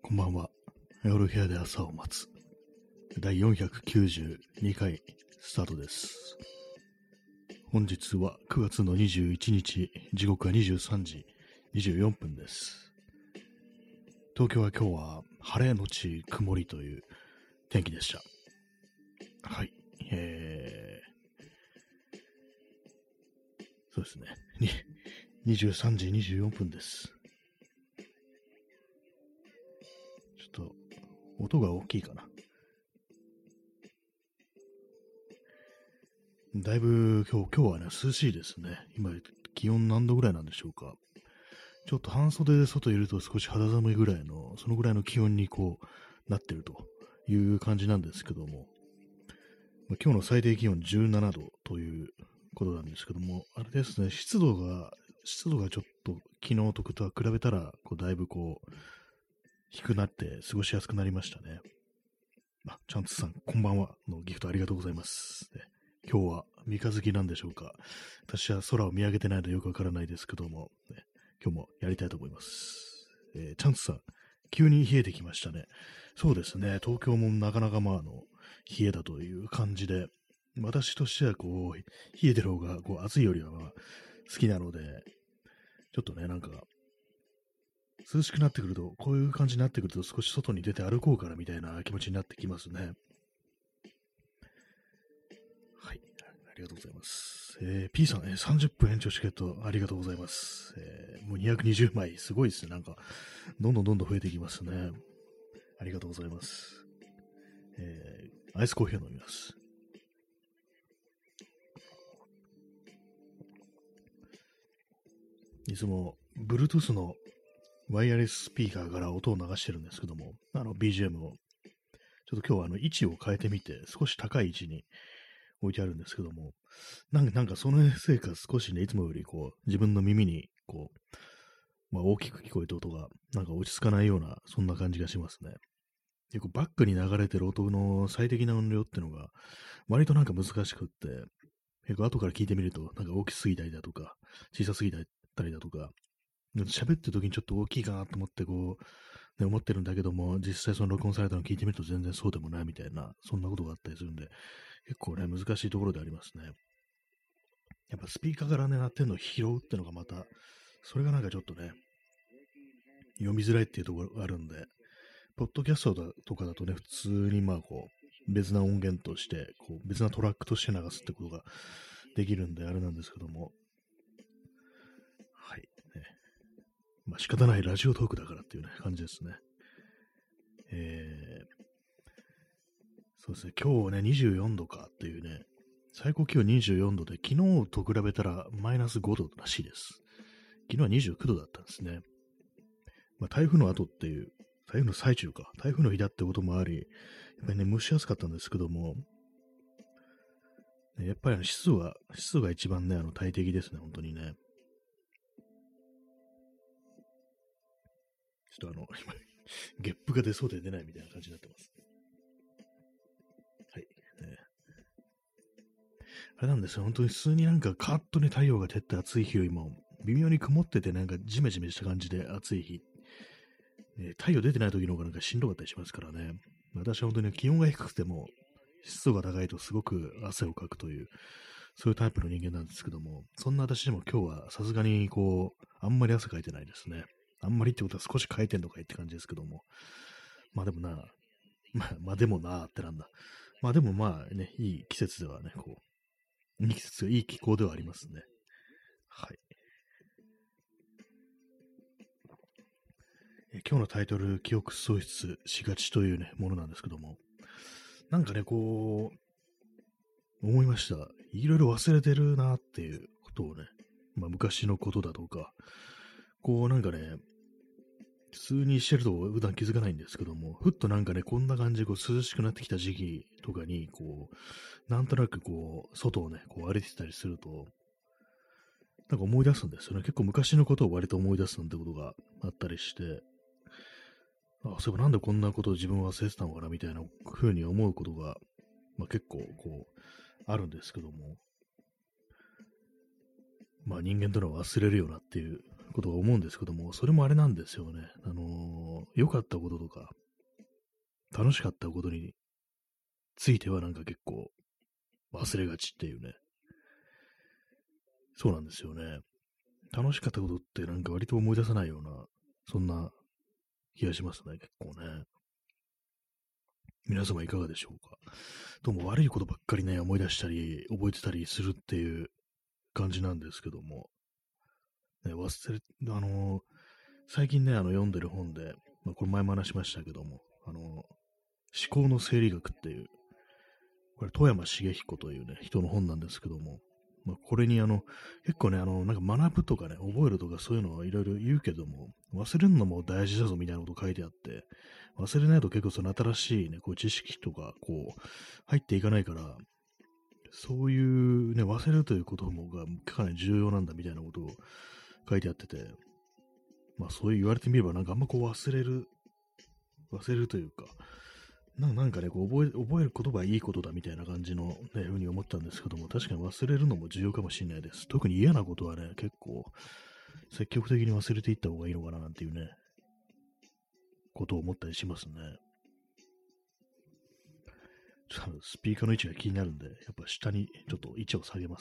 こんばんは。夜部屋で朝を待つ。第492回スタートです。本日は9月の21日、時刻は23時24分です。東京は今日は晴れのち曇りという天気でした。はい。そうですね。23時24分です。ちょっと音が大きいかな。だいぶ今日はね、涼しいですね。今、気温何度ぐらいなんでしょうか。ちょっと半袖で外いると少し肌寒いぐらいの、そのぐらいの気温になってるという感じなんですけども、今日の最低気温17度ということなんですけども、あれですね、湿度がちょっと昨日と比べたら、だいぶ低くなって過ごしやすくなりましたね。チャンツさん、こんばんはのギフトありがとうございます。今日は三日月なんでしょうか。私は空を見上げてないのでよくわからないですけども、今日もやりたいと思います。チャンツさん、急に冷えてきましたね。そうですね、東京もなかなか冷えだという感じで、私としては冷えてる方が暑いよりは好きなので、ちょっとね、涼しくなってくると、こういう感じになってくると少し外に出て歩こうからみたいな気持ちになってきますね。はい。ありがとうございます。P さん、30分延長チケットありがとうございます。もう220枚、すごいですね。どんどん増えていきますね。ありがとうございます。アイスコーヒーを飲みます。いつも、Bluetooth のワイヤレススピーカーから音を流してるんですけども、BGM を、ちょっと今日は位置を変えてみて、少し高い位置に置いてあるんですけども、そのせいか少しね、いつもより自分の耳に大きく聞こえた音が落ち着かないような、そんな感じがしますね。結構バックに流れてる音の最適な音量ってのが、割と難しくって、結構後から聞いてみると、大きすぎたりだとか、小さすぎたりだとか、喋ってる時にちょっと大きいかなと思って思ってるんだけども、実際その録音されたのを聞いてみると全然そうでもないみたいな、そんなことがあったりするんで、結構ね、難しいところでありますね。やっぱスピーカーからね、鳴ってるのを拾うってのがまた、それがちょっとね、読みづらいっていうところがあるんで、ポッドキャストとかだとね、普通に別な音源として、別なトラックとして流すってことができるんで、あれなんですけども、はい。ね、仕方ないラジオトークだからっていうね、感じですね。そうですね、今日ね、24度かっていうね、最高気温24度で、昨日と比べたらマイナス5度らしいです。昨日は29度だったんですね。台風の後っていう、台風の最中か、台風の日だってこともあり、やっぱりね、蒸し暑かったんですけども、やっぱり湿度が一番ね、大敵ですね、本当にね。ちょっと今、ゲップが出そうで出ないみたいな感じになってます。はい。あれなんですよ、本当に普通にカーッとね、太陽が照って暑い日よりも、微妙に曇っててジメジメした感じで暑い日、太陽出てない時の方がしんどかったりしますからね。私は本当に気温が低くても、湿度が高いとすごく汗をかくという、そういうタイプの人間なんですけども、そんな私でも今日はさすがにあんまり汗かいてないですね。あんまりってことは少しかいてんのかいって感じですけども。でもな、でもなってなんだ。でもね、いい季節ではね、いい季節、いい気候ではありますね。はい。今日のタイトル、記憶喪失しがちというね、ものなんですけども、思いました。いろいろ忘れてるなっていうことをね、昔のことだとか、普通にしてると普段気づかないんですけども、ふっとこんな感じで涼しくなってきた時期とかに、なんとなく外をね、歩いてたりすると、思い出すんですよね。結構昔のことを割と思い出すなんてことがあったりして、そういえばなんでこんなことを自分は忘れてたのかなみたいな風に思うことが、結構あるんですけども、 まあ人間というのは忘れるよなっていうことを思うんですけども、それもあれなんですよね。良かったこととか、楽しかったことについてはなんか結構忘れがちっていうね。そうなんですよね。楽しかったことってなんか割と思い出さないような、そんな気がしますね、結構ね。皆様いかがでしょうか。どうも悪いことばっかりね、思い出したり、覚えてたりするっていう感じなんですけども、ね、最近ね、読んでる本で、まあ、これ前も話しましたけども、思考の整理学っていう、これ、富山茂彦というね、人の本なんですけども、まあ、これに結構ね、なんか学ぶとかね、覚えるとかそういうのはいろいろ言うけども、忘れるのも大事だぞみたいなこと書いてあって、忘れないと結構その新しいね、こう知識とか、こう、入っていかないから、そういうね、忘れるということもがかなり重要なんだみたいなことを書いてあってて、まあそう言われてみればなんかあんまこう忘れるというか、なんかね、こう覚えることがいいことだみたいな感じのね、ふうに思ったんですけども、確かに忘れるのも重要かもしれないです。特に嫌なことはね、結構積極的に忘れていった方がいいのかななんていうね、ことを思ったりしますね。ちょっとスピーカーの位置が気になるんで、やっぱ下にちょっと位置を下げます。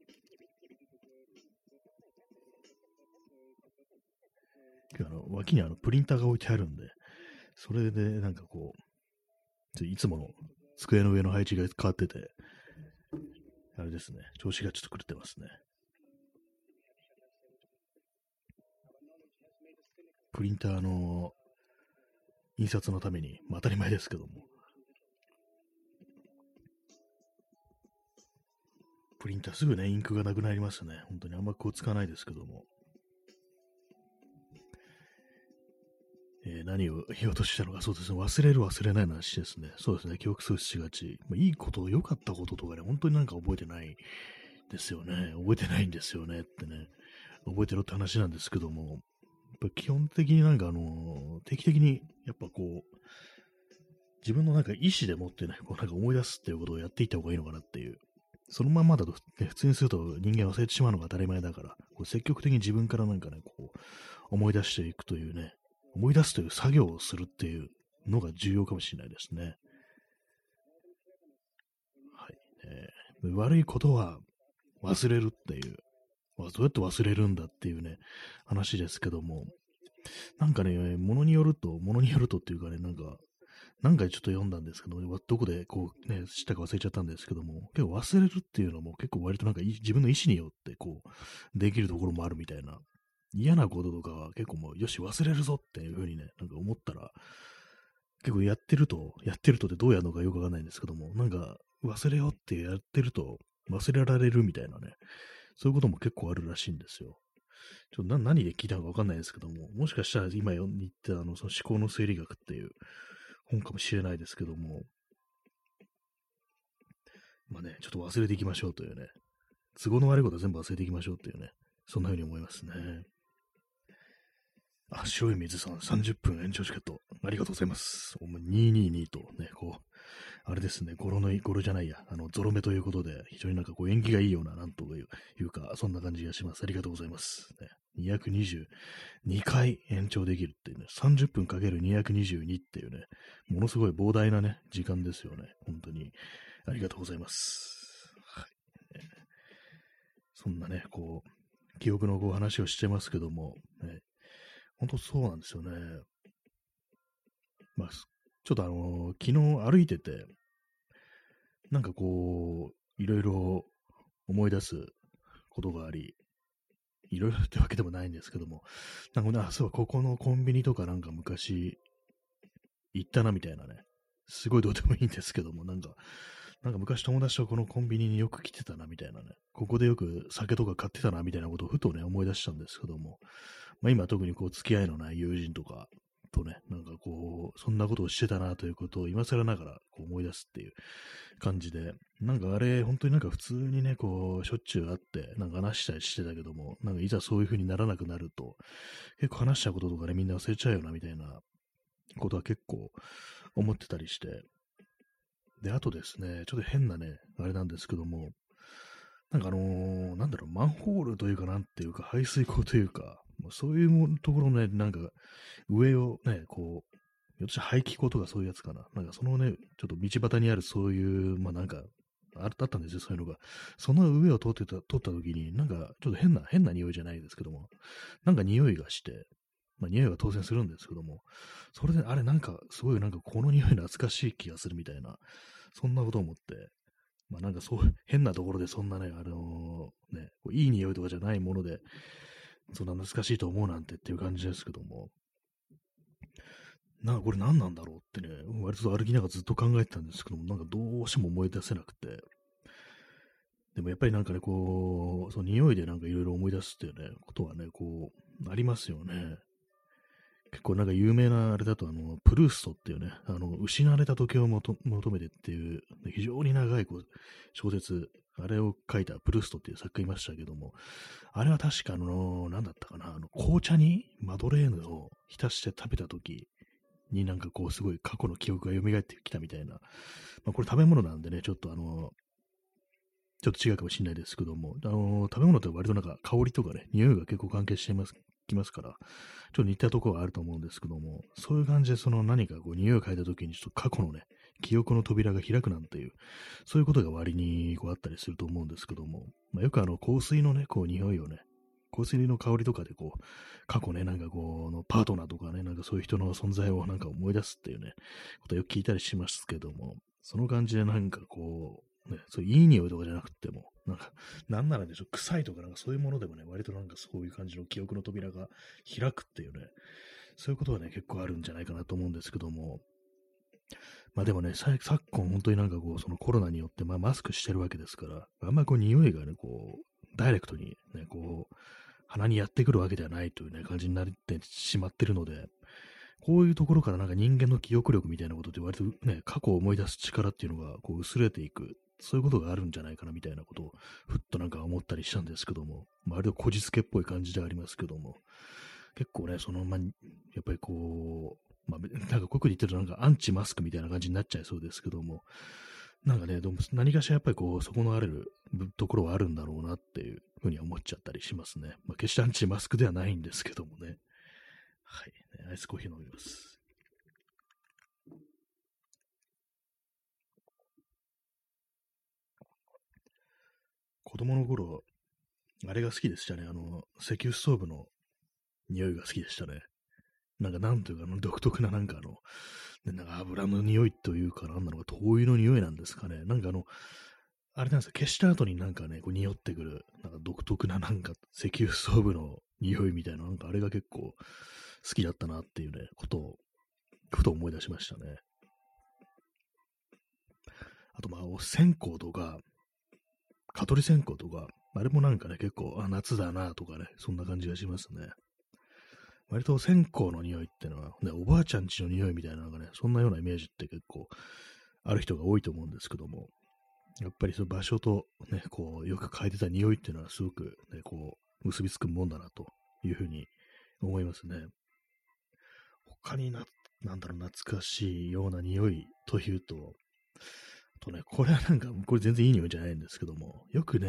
今日脇にプリンターが置いてあるんで、それでなんかこう、いつもの机の上の配置が変わってて、あれですね、調子がちょっと狂ってますね。プリンターの印刷のために、まあ当たり前ですけども、プリンターすぐね、インクがなくなりますね。本当にあんまこう使わないですけども。何を言おうとしたのか、そうですね。忘れる忘れないの話ですね。そうですね。記憶喪失しがち。まあ、いいこと、良かったこととかね、本当になんか覚えてないですよね。覚えてないんですよねってね。覚えてろって話なんですけども、やっぱ基本的になんか定期的に、やっぱこう、自分のなんか意思でもってね、こうなんか思い出すっていうことをやっていった方がいいのかなっていう。そのままだと、ね、普通にすると人間忘れてしまうのが当たり前だから、こう積極的に自分からなんかね、こう、思い出していくというね、思い出すという作業をするっていうのが重要かもしれないですね。はい。悪いことは忘れるっていう、どうやって忘れるんだっていうね、話ですけども、なんかね、ものによるとっていうかね、なんかちょっと読んだんですけど、どこでこうね、知ったか忘れちゃったんですけども、結構忘れるっていうのも結構割となんか自分の意思によってこう、できるところもあるみたいな。嫌なこととかは結構もう、よし、忘れるぞっていう風にね、なんか思ったら、結構やってるとってどうやるのかよくわかんないんですけども、なんか忘れようってやってると忘れられるみたいなね、そういうことも結構あるらしいんですよ。何で聞いたのかわかんないですけども、もしかしたら今言ったその思考の整理学っていう本かもしれないですけども、まあね、ちょっと忘れていきましょうというね、都合の悪いことは全部忘れていきましょうっていうね、そんな風に思いますね。あ、白い水さん、30分延長チケット、ありがとうございます。お前222とね、こう、あれですね、語呂じゃないや、ゾロ目ということで、非常になんかこう縁起がいいような、なんというか、そんな感じがします。ありがとうございます。ね、222回延長できるっていうね、30分かける222っていうね、ものすごい膨大なね、時間ですよね。本当に。ありがとうございます。はい。そんなね、こう、記憶のこう話をしてますけども、ね、本当そうなんですよね。まあ、ちょっと昨日歩いてて、なんかこう、いろいろ思い出すことがあり、いろいろってわけでもないんですけども、なんかね、そう、ここのコンビニとかなんか昔行ったなみたいなね、すごいどうでもいいんですけども、なんか昔友達とこのコンビニによく来てたなみたいなね、ここでよく酒とか買ってたなみたいなことをふとね、思い出したんですけども、まあ今特にこう付き合いのない友人とかとね、なんかこう、そんなことをしてたなということを今更ながらこう思い出すっていう感じで、なんかあれ、本当になんか普通にね、こう、しょっちゅう会って、なんか話したりしてたけども、なんかいざそういう風にならなくなると、結構話したこととかね、みんな忘れちゃうよな、みたいなことは結構思ってたりして、で、あとですね、ちょっと変なね、あれなんですけども、 なんかなんだろう、マンホールというか、なんていうか、排水溝というか、まあそういうもところのね、なんか、上をね、こう、ひょっとしたら排気口とかそういうやつかな。なんかそのね、ちょっと道端にあるそういう、まあなんか、あったんですよ、そういうのが。その上を通った時に、なんか、ちょっと変な匂いじゃないですけども、なんか匂いがして、まあ匂いは当然するんですけども、それで、あれなんか、すごいなんかこの匂い懐かしい気がするみたいな、そんなことを思って、まあなんかそう、変なところでそんなね、ね、こういい匂いとかじゃないもので、そんな懐かしいと思うなんてっていう感じですけども、なんかこれ何なんだろうってね、割と歩きながらずっと考えてたんですけども、なんかどうしても思い出せなくて、でもやっぱりなんかね、こう、その匂いでなんかいろいろ思い出すっていうね、ことはね、こう、ありますよね。結構なんか有名なあれだと、プルーストっていうね、失われた時計を求めてっていう、非常に長いこう小説、あれを書いたプルーストっていう作家いましたけども、あれは確かなんだったかな、紅茶にマドレーヌを浸して食べた時になんかこうすごい過去の記憶が蘇ってきたみたいな、まあこれ食べ物なんでね、ちょっとちょっと違うかもしれないですけども、食べ物って割となんか香りとかね、匂いが結構関係してきますから、ちょっと似たところはあると思うんですけども、そういう感じでその何かこう匂いを嗅いだ時にちょっと過去のね、記憶の扉が開くなんていう、そういうことが割にこうあったりすると思うんですけども、まあ、よく香水のね、こう匂いをね、香水の香りとかでこう、過去ね、なんかこう、パートナーとかね、なんかそういう人の存在をなんか思い出すっていうね、ことをよく聞いたりしますけども、その感じでなんかこう、ね、そういういい匂いとかじゃなくても、なんか、なんならね、臭いとかなんかそういうものでもね、割となんかそういう感じの記憶の扉が開くっていうね、そういうことはね、結構あるんじゃないかなと思うんですけども、まあでもね、昨今本当になんかこう、そのコロナによって、まあマスクしてるわけですから、あんまりこう匂いがね、こう、ダイレクトにね、こう、鼻にやってくるわけではないというね、感じになってしまってるので、こういうところからなんか人間の記憶力みたいなことって割とね、過去を思い出す力っていうのがこう薄れていく、そういうことがあるんじゃないかなみたいなことをふっとなんか思ったりしたんですけども、まあ、割とこじつけっぽい感じではありますけども、結構ね、まあ、やっぱりこう、まあ、なんかこういうこと言ってるとなんかアンチマスクみたいな感じになっちゃいそうですけども、なんかね、どうも何かしらやっぱりこう、そこのあるところはあるんだろうなっていうふうに思っちゃったりしますね。まあ、決してアンチマスクではないんですけどもね。はい。アイスコーヒー飲みます。子供の頃、あれが好きでしたね。石油ストーブの匂いが好きでしたね。なんか、なんというか、独特ななんかなんか油の匂いというか、なんなのか、灯油の匂いなんですかね。なんかあれなんですよ、消した後になんかね、こう匂ってくる、なんか独特ななんか石油ストーブの匂いみたいな、なんかあれが結構好きだったなっていうね、ことを、ふと思い出しましたね。あと、まあ、お線香とか、蚊取り線香とか、あれもなんかね、結構、夏だなとかね、そんな感じがしますね。割と線香の匂いってのは、ね、おばあちゃんちの匂いみたいなのがね、そんなようなイメージって結構ある人が多いと思うんですけども、やっぱりその場所とね、こう、よく嗅いでた匂いっていうのはすごくね、こう、結びつくもんだなというふうに思いますね。他になんだろう、懐かしいような匂いというと、あとね、これはなんか、これ全然いい匂いじゃないんですけども、よくね、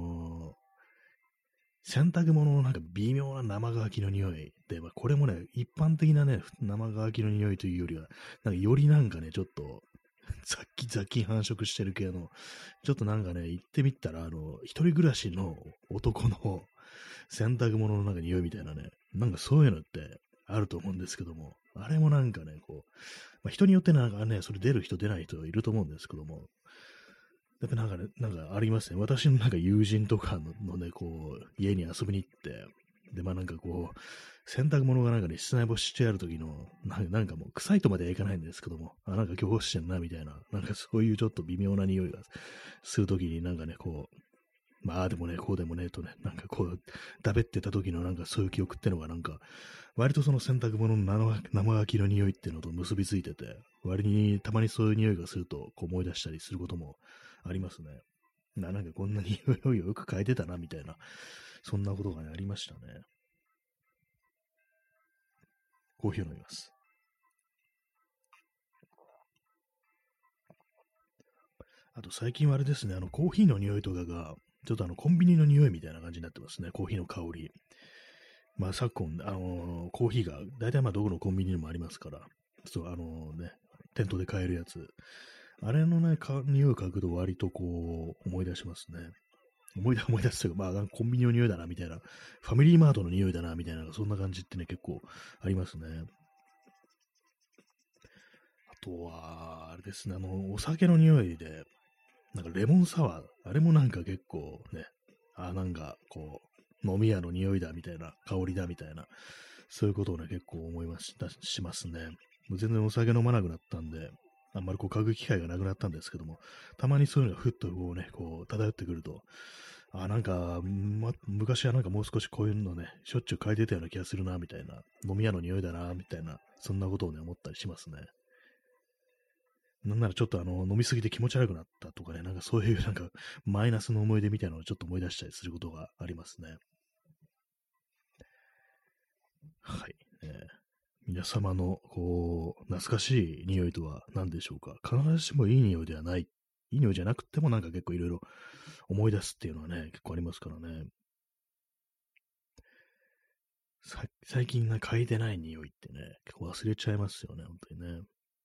洗濯物のなんか微妙な生乾きの匂いで、まあ、これもね、一般的なね、生乾きの匂いというよりは、なんかよりなんかね、ちょっと雑菌繁殖してる系の、ちょっとなんかね、行ってみたら、一人暮らしの男の洗濯物のなんか匂いみたいなね、なんかそういうのってあると思うんですけども、あれもなんかね、こう、まあ、人によってなんかね、それ出る人出ない人いると思うんですけども、やっぱなんかね、なんかありますね。私のなんか友人とかのね、こう、家に遊びに行って、で、まあなんかこう、洗濯物がなんかね、室内干ししてある時の、なんかもう臭いとまではいかないんですけども、なんか今日干してんな、みたいな、なんかそういうちょっと微妙な匂いがする時になんかね、こう、まあでもね、こうでもね、とね、なんかこう、だべってた時のなんかそういう記憶ってのがなんか、割とその洗濯物の生乾きの匂いっていうのと結びついてて、割にたまにそういう匂いがするとこう思い出したりすることもありますね。なんかこんな匂いをよく嗅いでたな、みたいな、そんなことがね、ありましたね。コーヒーを飲みます。あと最近はあれですね、コーヒーの匂いとかがちょっとコンビニの匂いみたいな感じになってますね。コーヒーの香り。まあ、昨今、コーヒーが、大体まあ、どこのコンビニにもありますから、ちょっと店頭で買えるやつ。あれのね、匂い嗅ぐと割とこう、思い出しますね。思い出すというか、まあ、コンビニの匂いだな、みたいな。ファミリーマートの匂いだな、みたいな、そんな感じってね、結構ありますね。あとは、あれですね、お酒の匂いで、なんかレモンサワー、あれもなんか結構ね、なんかこう、飲み屋の匂いだみたいな、香りだみたいな、そういうことをね、結構思いしますね。もう全然お酒飲まなくなったんで、あんまりこう嗅ぐ機会がなくなったんですけども、たまにそういうのがふっとこうね、こう漂ってくると、なんか、昔はなんかもう少しこういうのね、しょっちゅう嗅いでたような気がするな、みたいな、飲み屋の匂いだな、みたいな、そんなことをね、思ったりしますね。なんならちょっと飲みすぎて気持ち悪くなったとかね、なんかそういうなんかマイナスの思い出みたいなのをちょっと思い出したりすることがありますね。はい。皆様のこう、懐かしい匂いとは何でしょうか。必ずしもいい匂いではない。いい匂いじゃなくてもなんか結構いろいろ思い出すっていうのはね、結構ありますからね。最近ね、嗅いでない匂いってね、結構忘れちゃいますよね、本当にね。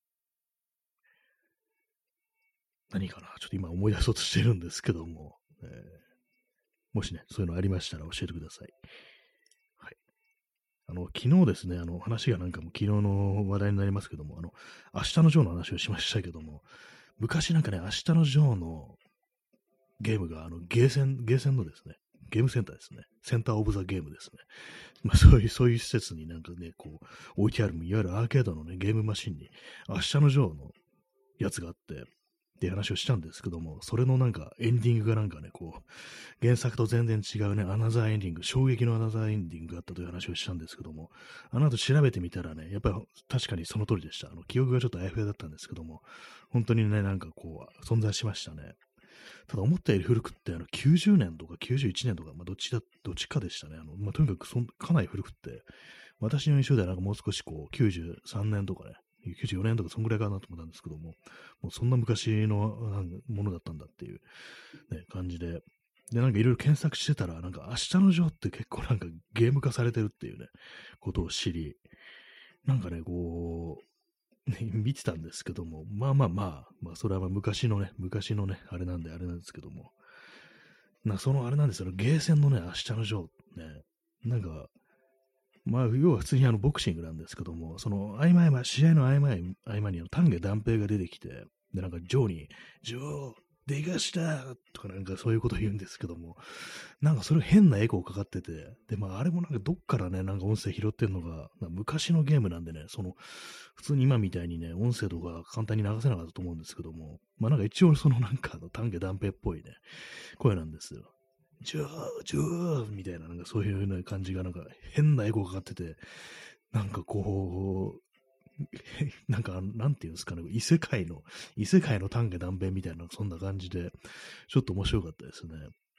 何かなちょっと今思い出そうとしてるんですけども、もしね、そういうのありましたら教えてください。はい。昨日ですね、話がなんかも昨日の話題になりますけども、明日のジョーの話をしましたけども、昔なんかね、明日のジョーのゲームが、ゲーセンのですね、ゲームセンターですね。センターオブザゲームですね。まあ、そういう施設になんかね、こう、置いてある、いわゆるアーケードのね、ゲームマシンに、明日のジョーのやつがあって、って話をしたんですけども、それのなんかエンディングがなんかね、こう、原作と全然違うね、アナザーエンディング、衝撃のアナザーエンディングがあったという話をしたんですけども、あの後調べてみたらね、やっぱり確かにその通りでした。記憶がちょっとあやふやだったんですけども、本当にね、なんかこう、存在しましたね。ただ思ったより古くって90年とか91年とか、まあ、どっちかでしたね。とにかくかなり古くって、私の印象ではなんかもう少しこう93年とかね、94年とかそんぐらいかなと思ったんですけども、もうそんな昔のものだったんだっていう、ね、感じで、なんかいろいろ検索してたら、なんか明日のジョーって結構なんかゲーム化されてるっていうね、ことを知り、なんかね、こう、ね、見てたんですけども、まあ、それはまあ昔のね、あれなんですけども、そのあれなんですよ、ゲーセンのね、明日のジョーね、なんか、まあ、要は普通にボクシングなんですけども、その試合の合間に丹下断平が出てきて、で、なんかジョーに、ジョー、出がしたとかなんかそういうことを言うんですけども、なんかそれ変なエコーかかってて、で、まああれもなんかどっからね、なんか音声拾ってんのが、昔のゲームなんでね、普通に今みたいにね、音声とか簡単に流せなかったと思うんですけども、まあなんか一応そのなんか丹下断平っぽいね、声なんですよ。ジョーみたいな、なんかそういうような感じが、なんか変なエコーかかってて、なんかこう、なんか、なんていうんですかね、異世界の丹下断平みたいな、そんな感じで、ちょっと面白かったですね。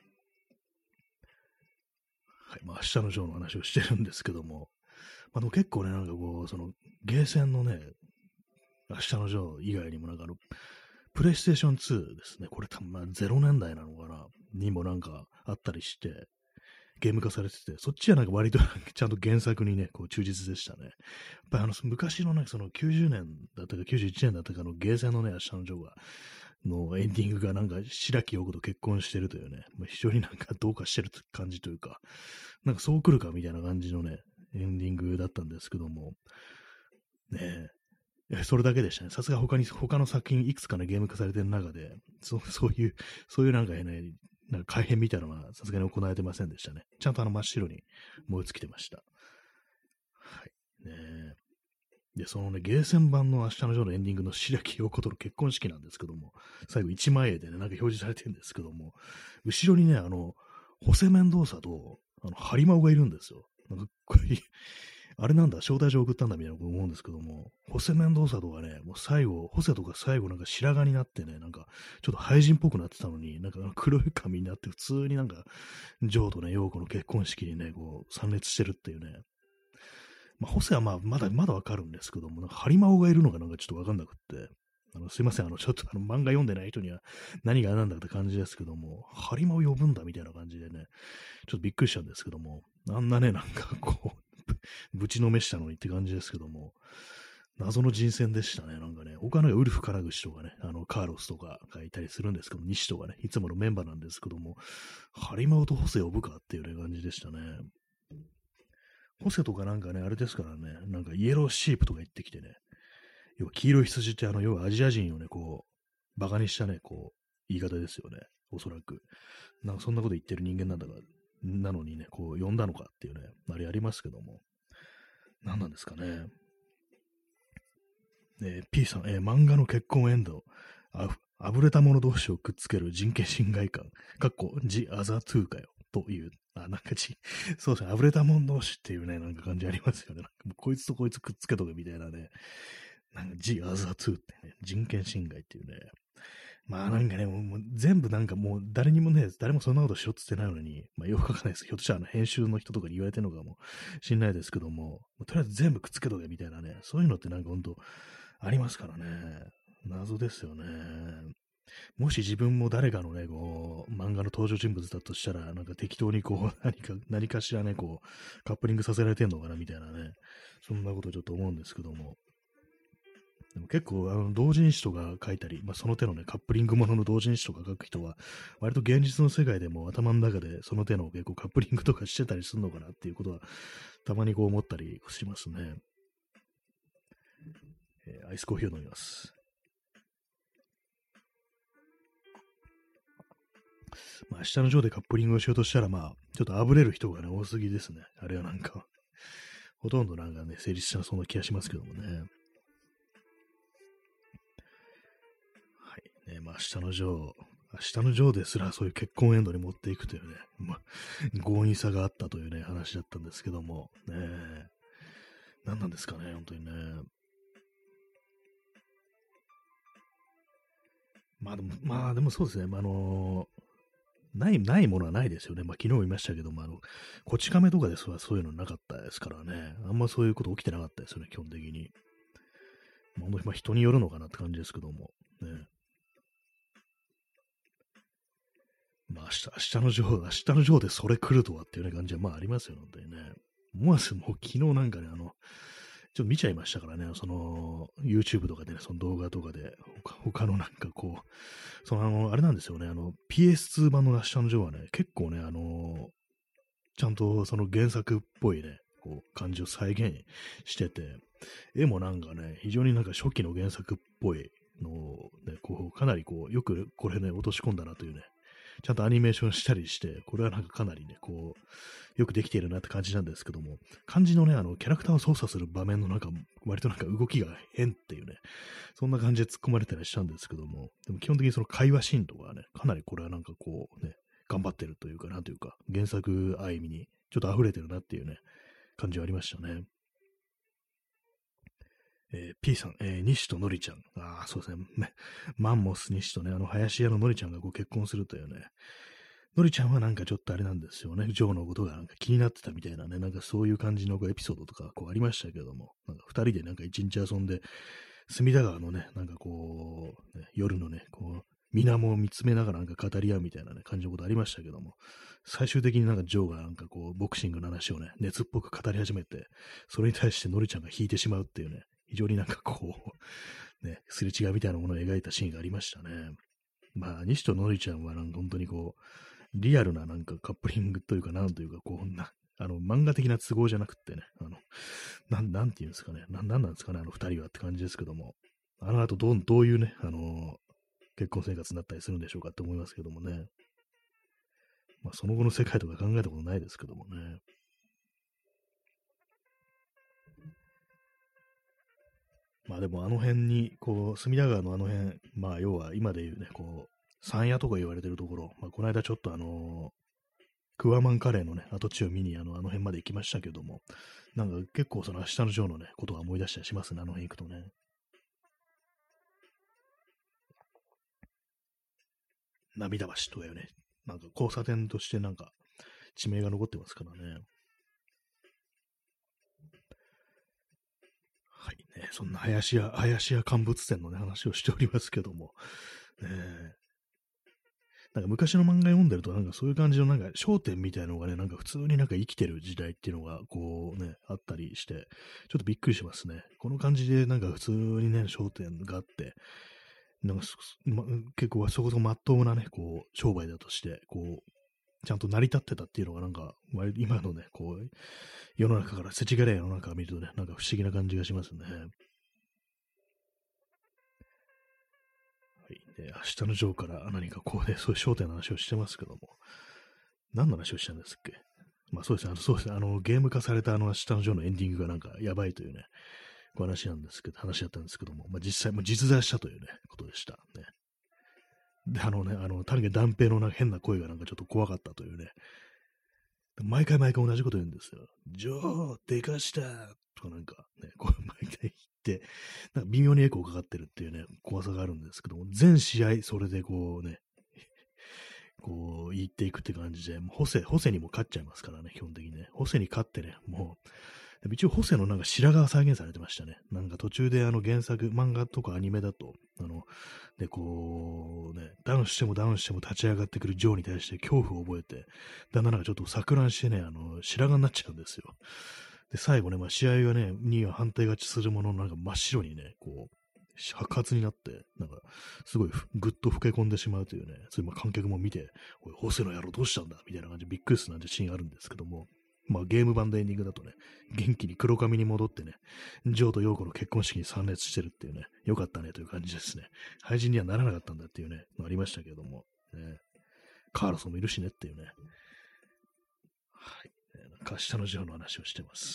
はい、まあ、明日のジョーの話をしてるんですけども、まあ、でも結構ね、なんかこう、ゲーセンのね、明日のジョー以外にもなんかプレイステーション2ですね、これ多分まあ0年代なのかな、にもなんかあったりして、ゲーム化されてて、そっちはなんか割とちゃんと原作にね、こう忠実でしたね。やっぱり昔のね、その90年だったか91年だったかのゲーセンのね、明日のジョーが、のエンディングがなんか白木陽子と結婚してるというね、まあ、非常になんかどうかしてる感じというか、なんかそう来るかみたいな感じのね、エンディングだったんですけども、ねそれだけでしたね。さすが他の作品いくつかね、ゲーム化されてる中で、そういうなんかね、なんか改変みたいなのはさすがに行われてませんでしたね。ちゃんと真っ白に燃え尽きてました。はい。ねで、そのね、ゲーセン版の明日のジョーのエンディングの白木陽子との結婚式なんですけども、最後1枚絵でね、なんか表示されてるんですけども、後ろにね、ホセメンドーサと、ハリマオがいるんですよ。なんか、これ、あれなんだ、招待状送ったんだみたいなこと思うんですけども、ホセメンドーサとかね、もうホセとか最後なんか白髪になってね、なんか、ちょっと廃人っぽくなってたのに、なんか黒い髪になって普通になんか、ジョーとね、ヨーコの結婚式にね、こう、参列してるっていうね、まあ、ホセはまだわかるんですけども、なんかハリマオがいるのがなんかちょっとわかんなくって、 すいません、ちょっと漫画読んでない人には何が何だって感じですけども、ハリマを呼ぶんだみたいな感じでね、ちょっとびっくりしたんですけども、あんなね、なんかこう、ぶちのめしたのにって感じですけども、謎の人選でしたね。なんかね、他のウルフ・カラグシとかね、カーロスとかがいたりするんですけども、西とかね、いつものメンバーなんですけども、ハリマウとホセ呼ぶかっていうね、感じでしたね。ホセとかなんかね、あれですからね、なんかイエローシープとか言ってきてね、要は黄色い羊って要はアジア人をね、こう、バカにしたね、こう、言い方ですよね。おそらく。なんかそんなこと言ってる人間なんだから、なのにね、こう、呼んだのかっていうね、あれありますけども。何なんですかね。P さん、漫画の結婚エンド、あぶれた者同士をくっつける人権侵害感、かっこ、ジ・アザ・トゥーかよ、という、なんかそうですね、あぶれた者同士っていうね、なんか感じありますよね。なんかもうこいつとこいつくっつけとけみたいなね、なんかジ・アザ・トゥーってね、人権侵害っていうね、まあなんかね、もう全部なんかもう誰にもね、誰もそんなことしろって言ってないのに、まあよくわかんないです。ひょっとしたら編集の人とかに言われてるのかもしんないですけども、とりあえず全部くっつけとけみたいなね、そういうのってなんかほんとありますからね。謎ですよね。もし自分も誰かのね、こう、漫画の登場人物だとしたら、なんか適当にこう、何かしらね、こう、カップリングさせられてんのかなみたいなね、そんなことちょっと思うんですけども。でも結構、同人誌とか書いたり、まあ、その手のね、カップリングものの同人誌とか書く人は、割と現実の世界でも頭の中でその手の結構カップリングとかしてたりするのかなっていうことは、たまにこう思ったりしますね。アイスコーヒーを飲みます。まあ、明日のジョーでカップリングをしようとしたら、まあ、ちょっとあぶれる人がね、多すぎですね。あれはなんか、ほとんどなんかね、成立しなそうな気がしますけどもね。はい。ね、まあ、明日のジョーですらそういう結婚エンドに持っていくというね、まあ、強引さがあったというね、話だったんですけども、ね、何なんですかね、本当にね。まあでもそうですね、ないものはないですよね。まあ昨日も言いましたけども、こち亀とかですはそういうのなかったですからね。あんまそういうこと起きてなかったですよね、基本的に。まあ、人によるのかなって感じですけども。ね。まあ明日のジョーでそれ来るとはっていうね感じはまあありますよ、本当にね。思わずもう昨日なんかね、ちょっと見ちゃいましたからね、YouTube とかでね、その動画とかで、他のなんかこう、あれなんですよね、PS2 版のラッシュジョーはね、結構ね、ちゃんとその原作っぽいね、こう、感じを再現してて、絵もなんかね、非常になんか初期の原作っぽいのをね、こう、かなりこう、よくこれね、落とし込んだなというね、ちゃんとアニメーションしたりして、これはなんかかなりね、こう、よくできているなって感じなんですけども、漢字のね、キャラクターを操作する場面のなんか、割となんか動きが変っていうね、そんな感じで突っ込まれたりしたんですけども、でも基本的にその会話シーンとかはね、かなりこれはなんかこうね、頑張ってるというか、なんというか、原作愛味にちょっと溢れてるなっていうね、感じはありましたね。P さん、西とのりちゃん。ああ、そうですね。マンモス西とね、林家ののりちゃんがこう結婚するというね、のりちゃんはなんかちょっとあれなんですよね。ジョーのことがなんか気になってたみたいなね、なんかそういう感じのこうエピソードとかこうありましたけども、なんか二人でなんか一日遊んで、隅田川のね、なんかこう、ね、夜のね、こう、水面を見つめながらなんか語り合うみたいなね、感じのことありましたけども、最終的になんかジョーがなんかこう、ボクシングの話をね、熱っぽく語り始めて、それに対してのりちゃんが引いてしまうっていうね、非常になんかこう、ね、すれ違いみたいなものを描いたシーンがありましたね。まあ、西とのりちゃんはなんか本当にこう、リアルななんかカップリングというか、なんというか、こうな、漫画的な都合じゃなくってね、なんていうんですかね、なんなんですかね、二人はって感じですけども、あの後どういうね、結婚生活になったりするんでしょうかって思いますけどもね。まあ、その後の世界とか考えたことないですけどもね。まあでもあの辺に、こう、隅田川のあの辺、まあ要は今で言うね、こう、山谷とか言われてるところ、まあこの間ちょっとクワマンカレーのね、跡地を見にあの辺まで行きましたけども、なんか結構その明日のジョーのね、ことは思い出したりしますね、あの辺行くとね。涙橋とかいうね、なんか交差点としてなんか地名が残ってますからね。はい。 ね、そんな林家乾物店のね、話をしておりますけども、ね、なんか昔の漫画読んでると、なんかそういう感じのなんか商店みたいなのがね、なんか普通になんか生きてる時代っていうのがこうね、あったりして、ちょっとびっくりしますね。この感じでなんか普通にね、商店があって、なんか結構そこそこまっとうなね、こう、商売だとして、こう、ちゃんと成り立ってたっていうのがなんか、今のね、こう、世の中から、世知辛い世の中を見るとね、なんか不思議な感じがしますね。はい。で、明日のジョーから何かこうね、そういう商店の話をしてますけども、何の話をしたんですっけ。まあそうですね、そうですね、ゲーム化された明日のジョーのエンディングがなんかやばいというね、話だったんですけども、まあ実際も実在したというね、ことでしたね。で、単に断平のなんか変な声がなんかちょっと怖かったというね、毎回毎回同じこと言うんですよ。ジョー、でかしたとかなんかね、こう毎回言って、なんか微妙にエコーかかってるっていうね、怖さがあるんですけども、全試合それでこうね、こう言っていくって感じで、もうホセにも勝っちゃいますからね、基本的にね。ホセに勝ってね、もう、一応ホセのなんか白髪再現されてましたね。なんか途中で原作、漫画とかアニメだと、で、こうね、ダウンしてもダウンしても立ち上がってくるジョーに対して恐怖を覚えて、だんだんなんかちょっと錯乱してね、白髪になっちゃうんですよ。で、最後ね、まあ、試合がね、には判定勝ちするものの、なんか真っ白にね、こう、白髪になって、なんか、すごいぐっと老け込んでしまうというね、そういうまあ観客も見て、おい、ホセの野郎どうしたんだみたいな感じでびっくりするなんてシーンあるんですけども、まあゲーム版のエンディングだとね、元気に黒髪に戻ってね、ジョーとヨーコの結婚式に参列してるっていうね、よかったねという感じですね。廃人にはならなかったんだっていうね、のありましたけども、ね、カールソンもいるしねっていうね、はい。なんか明日のジョーの話をしてます。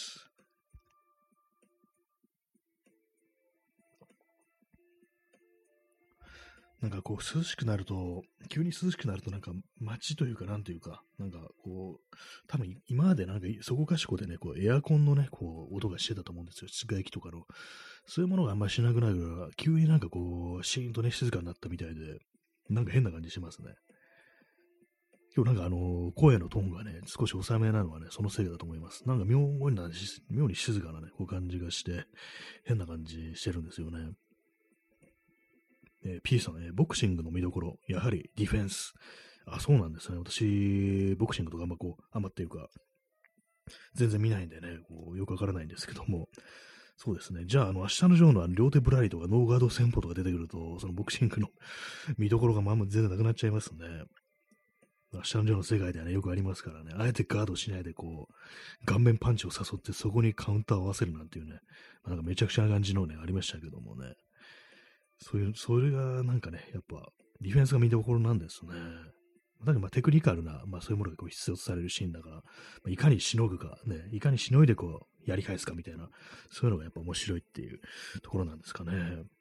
なんかこう涼しくなると、急に涼しくなるとなんか街というかなんというか、なんかこう、多分今までなんかそこかしこでね、こうエアコンのね、こう音がしてたと思うんですよ。室外機とかの。そういうものがあんまりしなくなるから、急になんかこう、シーンとね、静かになったみたいで、なんか変な感じしますね。今日なんか声のトーンがね、少し抑えめなのはね、そのせいだと思います。なんか妙に静かなね、こう感じがして、変な感じしてるんですよね。P さん、ボクシングの見どころ、やはりディフェンス。あ、そうなんですね。私、ボクシングとかあんまっていうか、全然見ないんでね、こうよくわからないんですけども、そうですね。じゃあ、明日のジョーの両手ブラリとかノーガード戦法とか出てくると、そのボクシングの見どころが全然なくなっちゃいますね。明日のジョーの世界ではね、よくありますからね、あえてガードしないで、こう、顔面パンチを誘って、そこにカウンターを合わせるなんていうね、なんかめちゃくちゃな感じのね、ありましたけどもね。それがなんかね、やっぱ、ディフェンスが見どころなんですね。なんかまあテクニカルな、まあそういうものがこう必要とされるシーンだから、まあ、いかにしのぐか、ね、いかにしのいでこう、やり返すかみたいな、そういうのがやっぱ面白いっていうところなんですかね。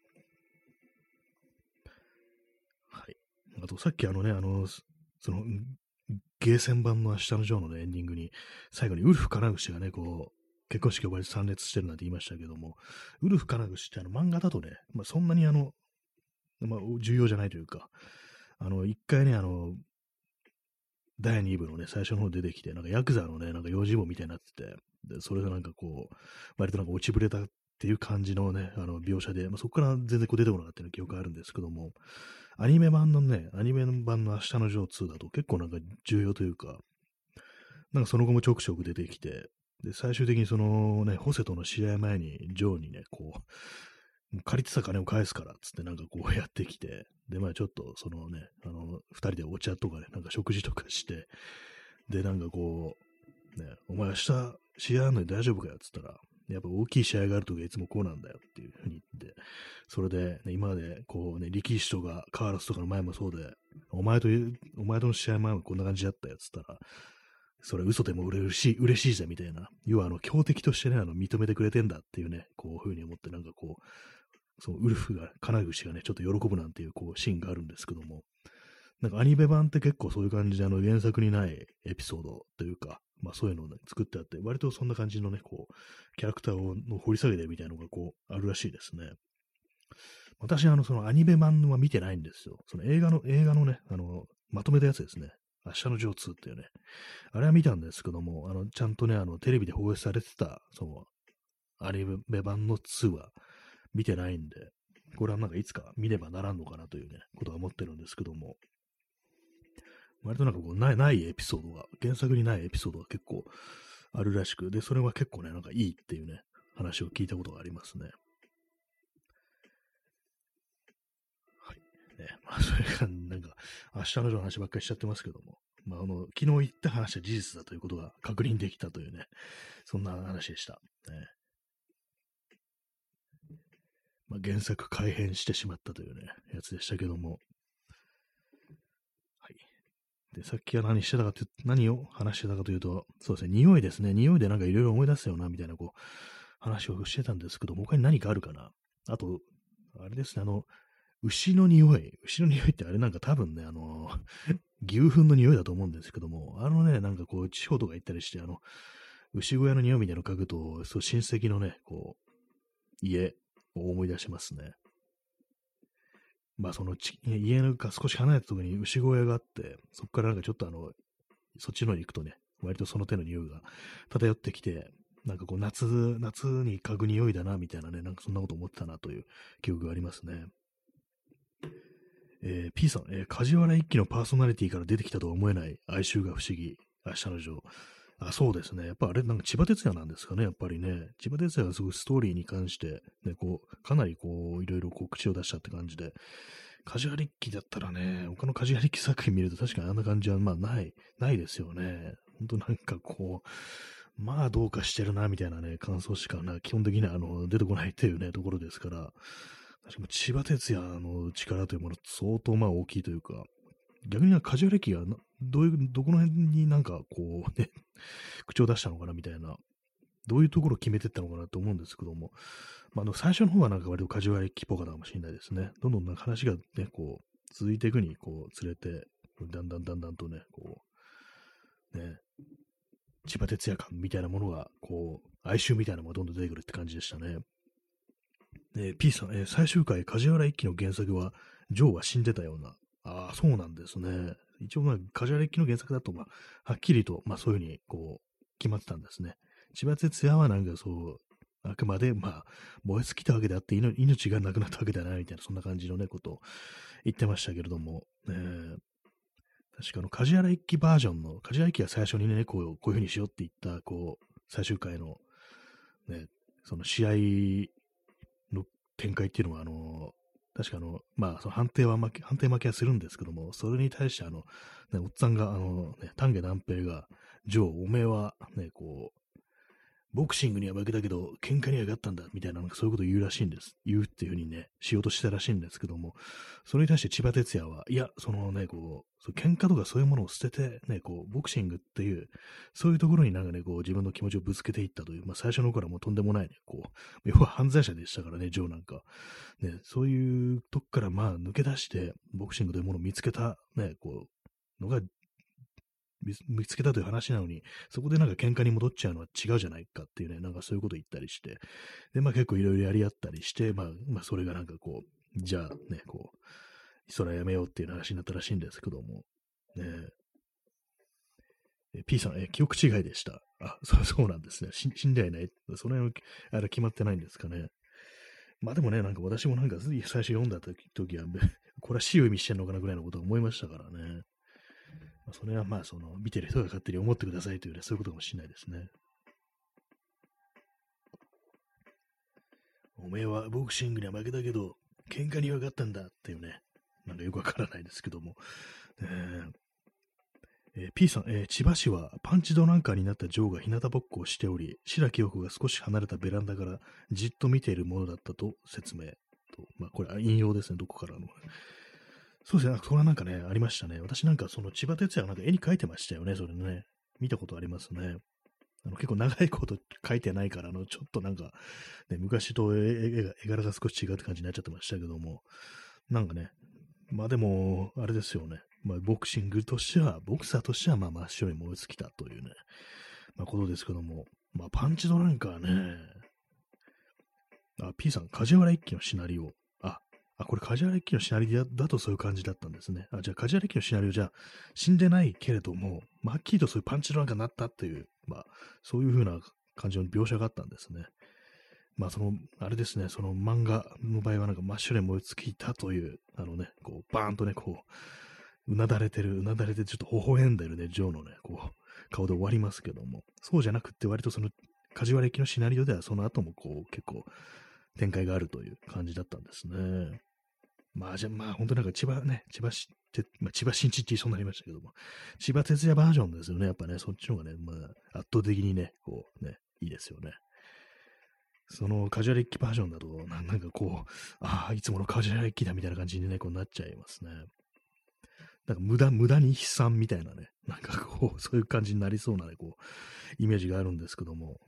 はい。あとさっきその、ゲーセン版の明日のジョーのね、エンディングに、最後にウルフ金串がね、こう、結婚式呼ばれて参列してるなんて言いましたけども、ウルフ金串って漫画だとね、まあそんなにまあ重要じゃないというか、一回ね、第2部のね、最初の方出てきて、なんかヤクザのね、なんか用心棒みたいになってて、で、それがなんかこう、割となんか落ちぶれたっていう感じのね、描写で、まあ、そこから全然こう出てこなかったような記憶があるんですけども、アニメ版の明日のジョー2だと結構なんか重要というか、なんかその後もちょくちょく出てきて、で、最終的にそのね、ホセとの試合前にジョーにね、こう、借りてた金を返すからっつってなんかこうやってきて、で、まあちょっとそのね、二人でお茶とかね、なんか食事とかして、で、なんかこう、ね、お前明日試合あんのに大丈夫かよっつったら、やっぱ大きい試合があるときはいつもこうなんだよっていうふうに言って、それで、ね、今までこうね、力士とかカーラスとかの前もそうで、お前との試合前もこんな感じだったよっつったら、それ嘘でも嬉しいぜみたいな、要は強敵としてね、認めてくれてんだっていうね、こういうふうに思ってなんかこう、そう、ウルフが、金串がね、ちょっと喜ぶなんていう、こう、シーンがあるんですけども、なんかアニメ版って結構そういう感じで、原作にないエピソードというか、まあそういうのをね、作ってあって、割とそんな感じのね、こう、キャラクターの掘り下げてみたいなのがこう、あるらしいですね。私、そのアニメ版は見てないんですよ。その映画のね、まとめたやつですね。明日のジョー2っていうね。あれは見たんですけども、ちゃんとね、テレビで放映されてた、その、 アニメ版の2は見てないんで、これはなんかいつか見ねばならんのかなというね、ことは思ってるんですけども、割となんかこうないエピソードが、原作にないエピソードが結構あるらしく、で、それは結構ね、なんかいいっていうね、話を聞いたことがありますね。はい。ね、まあ、それが、なんか、明日のジョーの話ばっかりしちゃってますけども、まあ、昨日言った話は事実だということが確認できたというね、そんな話でした。ね、まあ、原作改変してしまったというね、やつでしたけども、はい。で、さっきは何を話してたかというと、そうですね、匂いですね。匂いでなんかいろいろ思い出すよな、みたいな、こう、話をしてたんですけども、他に何かあるかな。あと、あれですね、牛の匂い。牛の匂いってあれなんか多分ね、牛糞の匂いだと思うんですけども、なんかこう、地方とか行ったりして、牛小屋の匂いみたいなの嗅ぐと、そう、親戚のね、こう、家を思い出しますね。まあ、家のか少し離れたところに牛小屋があって、そこからなんかちょっとそっちのに行くとね、割とその手の匂いが漂ってきて、なんかこう夏に嗅ぐ匂いだな、みたいなね、なんかそんなこと思ってたなという記憶がありますね。P さん、梶原一騎のパーソナリティから出てきたとは思えない哀愁が不思議。明日のジョー。あ、そうですね。やっぱあれ、なんか千葉哲也なんですかね、やっぱりね。千葉哲也がすごいストーリーに関して、ね、こう、かなりこう、いろいろこう、口を出したって感じで、梶原一騎だったらね、他の梶原一騎作品見ると確かにあんな感じは、まあ、ないですよね。本当なんかこう、まあどうかしてるな、みたいなね、感想しか基本的には出てこないっていうね、ところですから、確かに千葉哲也の力というもの相当まあ大きいというか、逆に梶原歴がどこの辺になんかこうね、口を出したのかなみたいな、どういうところを決めていったのかなと思うんですけども、まあ、最初の方はなんか割と梶原歴っぽかったかもしれないですね。どんどんなんか話がね、こう、続いていくにこう、連れて、だんだんとね、こう、ね、千葉哲也感みたいなものが、こう、哀愁みたいなものがどんどん出てくるって感じでしたね。P さん、最終回、梶原一騎の原作は、ジョーは死んでたような。ああ、そうなんですね。一応、まあ、梶原一騎の原作だと、まあ、はっきりと、まあ、そういうふうに、こう、決まってたんですね。千葉哲也はなんかそう、あくまで、まあ、燃え尽きたわけであって、命がなくなったわけではないみたいな、そんな感じのね、ことを言ってましたけれども、確か梶原一騎バージョンの、梶原一騎が最初にね、こういうふうにしようって言った、こう、最終回の、ね、その試合の展開っていうのは、確かまあ、その判定負けはするんですけども、それに対してね、おっさんが、丹下段平が、ジョー、おめえは、ね、こう、ボクシングには負けたけど、喧嘩には勝ったんだ、みたいな、なんかそういうことを言うらしいんです。言うっていうふうにね、しようとしたらしいんですけども、それに対して千葉哲也は、いや、そのね、こう、喧嘩とかそういうものを捨てて、ね、こう、ボクシングっていう、そういうところになんかね、こう、自分の気持ちをぶつけていったという、まあ、最初の頃はもうとんでもないね、こう、要は犯罪者でしたからね、ジョーなんか。ね、そういうとこからまあ抜け出して、ボクシングというものを見つけた、ね、こう、のが見つけたという話なのに、そこでなんか喧嘩に戻っちゃうのは違うじゃないかっていうね、なんかそういうこと言ったりして、で、まあ結構いろいろやり合ったりして、まあそれがなんかこう、じゃあね、こう、それはやめようっていう話になったらしいんですけども、ねP さん、記憶違いでした。あ、そうなんですね。死んではいない。その辺は、あれ決まってないんですかね。まあでもね、なんか私もなんか最初読んだ時は、これは死を意味してんのかなぐらいのことを思いましたからね。まあ、それはまあ、見てる人が勝手に思ってくださいというね、そういうことかもしれないですね。おめえはボクシングには負けたけど、喧嘩には勝ったんだっていうね、なんかよくわからないですけども。P さん、千葉市はパンチドランカーになったジョーが日向ぼっこをしており、白木陽子が少し離れたベランダからじっと見ているものだったと説明と。まあ、これ引用ですね、どこからの。そうですね、それはなんかね、ありましたね。私なんかその千葉哲也がなんか絵に描いてましたよね、それね。見たことありますね。結構長いこと描いてないから、ちょっとなんか、ね、昔と絵柄が少し違うって感じになっちゃってましたけども、なんかね、まあでも、あれですよね。まあボクシングとしては、ボクサーとしてはまあ真っ白に燃え尽きたというね、まあことですけども、まあパンチドなんかね、P さん、梶原一騎のシナリオ。これ梶原一騎のシナリオだとそういう感じだったんですね。じゃあ梶原一騎のシナリオじゃ死んでないけれども、まあ、はっきりとそういうパンチドなんかなったっていう、まあそういう風な感じの描写があったんですね。 まああれですね、その漫画の場合はなんか真っ白に燃え尽きたという、こう、バーンとね、こう、うなだれてちょっと微笑んでるね、ジョーのね、こう、顔で終わりますけども、そうじゃなくって割とその、梶原駅のシナリオではその後もこう、結構展開があるという感じだったんですね。まあじゃあ、まあ本当なんか千葉真一って言いそうになりましたけども、千葉哲也バージョンですよね。やっぱね、そっちの方がね、まあ圧倒的にね、こうね、いいですよね。そのカジュアル一機バージョンだと、なんかこう、ああ、いつものカジュアル一機だみたいな感じにね、こうなっちゃいますね。なんか無駄に悲惨みたいなね、なんかこう、そういう感じになりそうなね、こう、イメージがあるんですけども、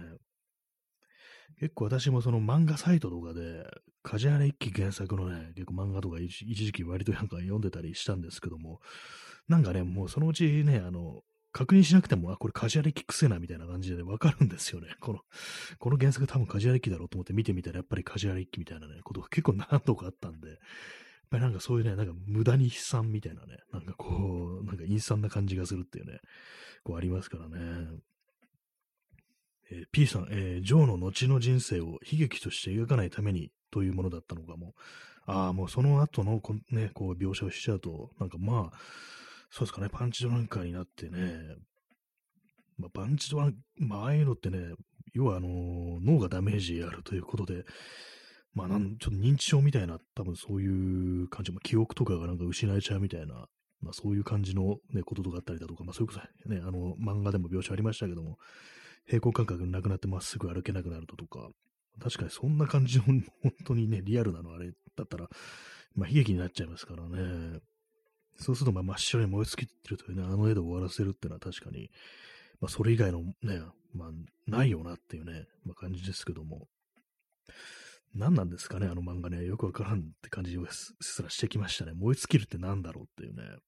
結構私もその漫画サイトとかで、梶原一騎原作のね、結構漫画とか一時期割となんか読んでたりしたんですけども、なんかね、もうそのうちね、確認しなくても、あ、これ梶原一騎くせなみたいな感じでね、わかるんですよね。この原作多分梶原一騎だろうと思って見てみたら、やっぱり梶原一騎みたいなね、ことが結構何度かあったんで、やっぱりなんかそういうね、なんか無駄に悲惨みたいなね、なんかこう、なんか陰惨な感じがするっていうね、こうありますからね。P さん、ジョーの後の人生を悲劇として描かないためにというものだったのかも。ああ、もうその後のね、こう描写をしちゃうと、なんかまあ、そうですかね、パンチドランカーになってね、まあ、パンチドラン、まあ、ああいうのってね、要は脳がダメージあるということで、まあちょっと認知症みたいな、多分そういう感じ、まあ、記憶とかがなんか失えちゃうみたいな、まあそういう感じのね、こととかあったりだとか、まあそういうことね、漫画でも描写ありましたけども、平行感覚がなくなってまっすぐ歩けなくなるとか、確かにそんな感じの、本当にね、リアルなのあれだったら、まあ悲劇になっちゃいますからね。そうすると、まあ真っ白に燃え尽きてるというね、あの絵で終わらせるっていうのは確かに、まあそれ以外のね、まあないよなっていうね、まあ感じですけども。何なんですかね、あの漫画ね。よくわからんって感じをすらしてきましたね。燃え尽きるって何だろうっていうね。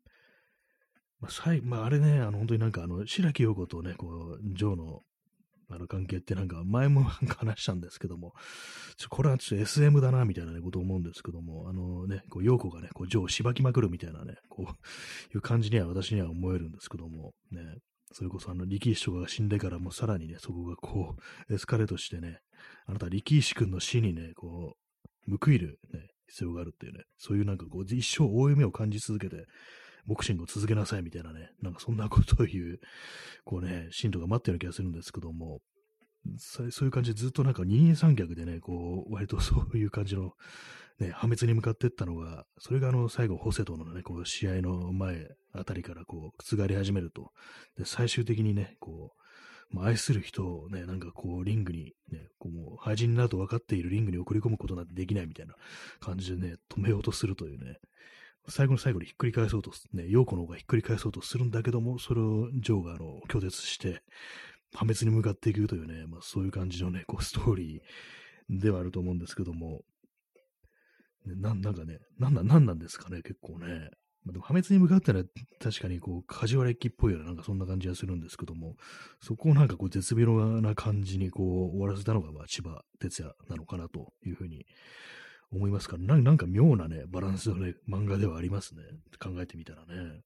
まあ、あれね、本当になんか白木陽子とね、こう、ジョーの、関係ってなんか、前もなんか話したんですけども、これはちょっと SM だな、みたいなね、ことを思うんですけども、こう、陽子がね、こう、ジョーをしばきまくるみたいなね、こう、いう感じには私には思えるんですけども、ね、それこそ力石とかが死んでからもさらにね、そこがこう、エスカレートしてね、あなた力石君の死にね、こう、報いるね、必要があるっていうね、そういうなんかこう、一生負い目を感じ続けて、ボクシングを続けなさいみたいなね、なんかそんなことを言う、こうね、進路が待ってるような気がするんですけども、そういう感じでずっとなんか二人三脚でね、こう、割とそういう感じの、ね、破滅に向かっていったのが、それが最後、ホセとのね、こう、試合の前あたりからこう、覆り始めると。で、最終的にね、こう、まあ、愛する人をね、なんかこう、リングに、ね、こうもう、廃人になると分かっているリングに送り込むことなんてできないみたいな感じでね、止めようとするというね、最後の最後にひっくり返そうと、ね、陽子の方がひっくり返そうとするんだけども、それをジョーが拒絶して、破滅に向かっていくというね、まあそういう感じのね、こうストーリーではあると思うんですけども、ね、なんかね、なんなんですかね、結構ね。まあ、でも破滅に向かったら確かにこう、梶原駅っぽいような、なんかそんな感じがするんですけども、そこをなんかこう、絶妙な感じにこう、終わらせたのが、まあ、千葉哲也なのかなというふうに思いますから、なんか妙なね、バランスのね、漫画ではありますね。考えてみたらね。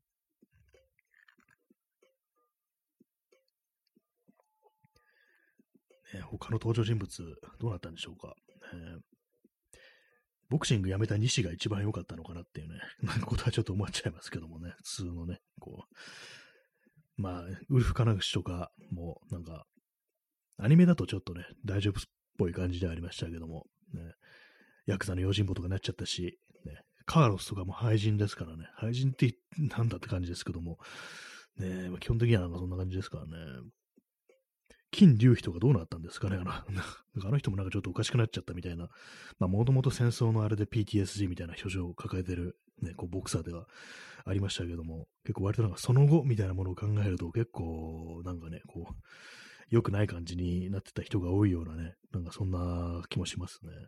他の登場人物、どうなったんでしょうか。ボクシングやめた西が一番良かったのかなっていうね、なんかことはちょっと思っちゃいますけどもね、普通のね、こう、まあ、ウルフカナフシとかも、なんか、アニメだとちょっとね、大丈夫っぽい感じではありましたけども、ね、ヤクザの用心棒とかになっちゃったし、ね、カーロスとかも廃人ですからね、廃人ってなんだって感じですけども、ね、まあ、基本的にはなんかそんな感じですからね。金龍飛とかどうなったんですかねあの人もなんかちょっとおかしくなっちゃったみたいな、まあもともと戦争のあれで PTSD みたいな症状を抱えてる、ね、こうボクサーではありましたけども、結構割となんかその後みたいなものを考えると結構なんかね、こう、良くない感じになってた人が多いようなね、なんかそんな気もしますね。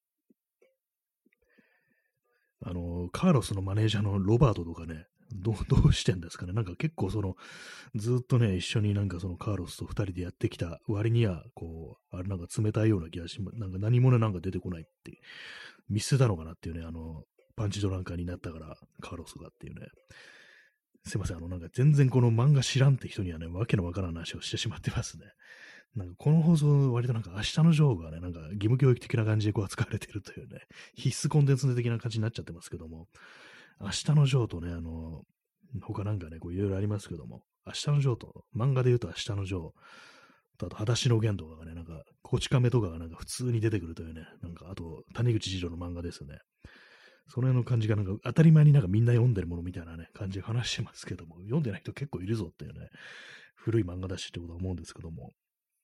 カーロスのマネージャーのロバートとかね、どうしてんですかね。なんか結構ずっとね、一緒になんかそのカーロスと二人でやってきた割には、こう、あれなんか冷たいような気がします。なんか何もね、なんか出てこないって見捨てたのかなっていうね、パンチドランカーになったから、カーロスがっていうね。すいません、なんか全然この漫画知らんって人にはね、わけのわからん話をしてしまってますね。 なんかこの放送、割となんか明日のジョーがね、なんか義務教育的な感じでこう扱われてるというね、必須コンテンツ的な感じになっちゃってますけども、明日のジョーとね、他なんかね、こういろいろありますけども、明日のジョーと、漫画で言うと明日のジョーと、あと、裸足の弦とかがね、なんか、こち亀とかがなんか普通に出てくるというね、なんか、あと、谷口次郎の漫画ですね。その辺の感じがなんか当たり前になんかみんな読んでるものみたいなね、感じで話してますけども、読んでない人結構いるぞっていうね、古い漫画だしってことは思うんですけども、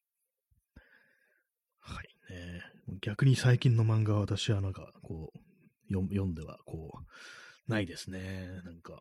はいね。逆に最近の漫画は私はなんか、こう、読んでは、こう、ないですね。なんか、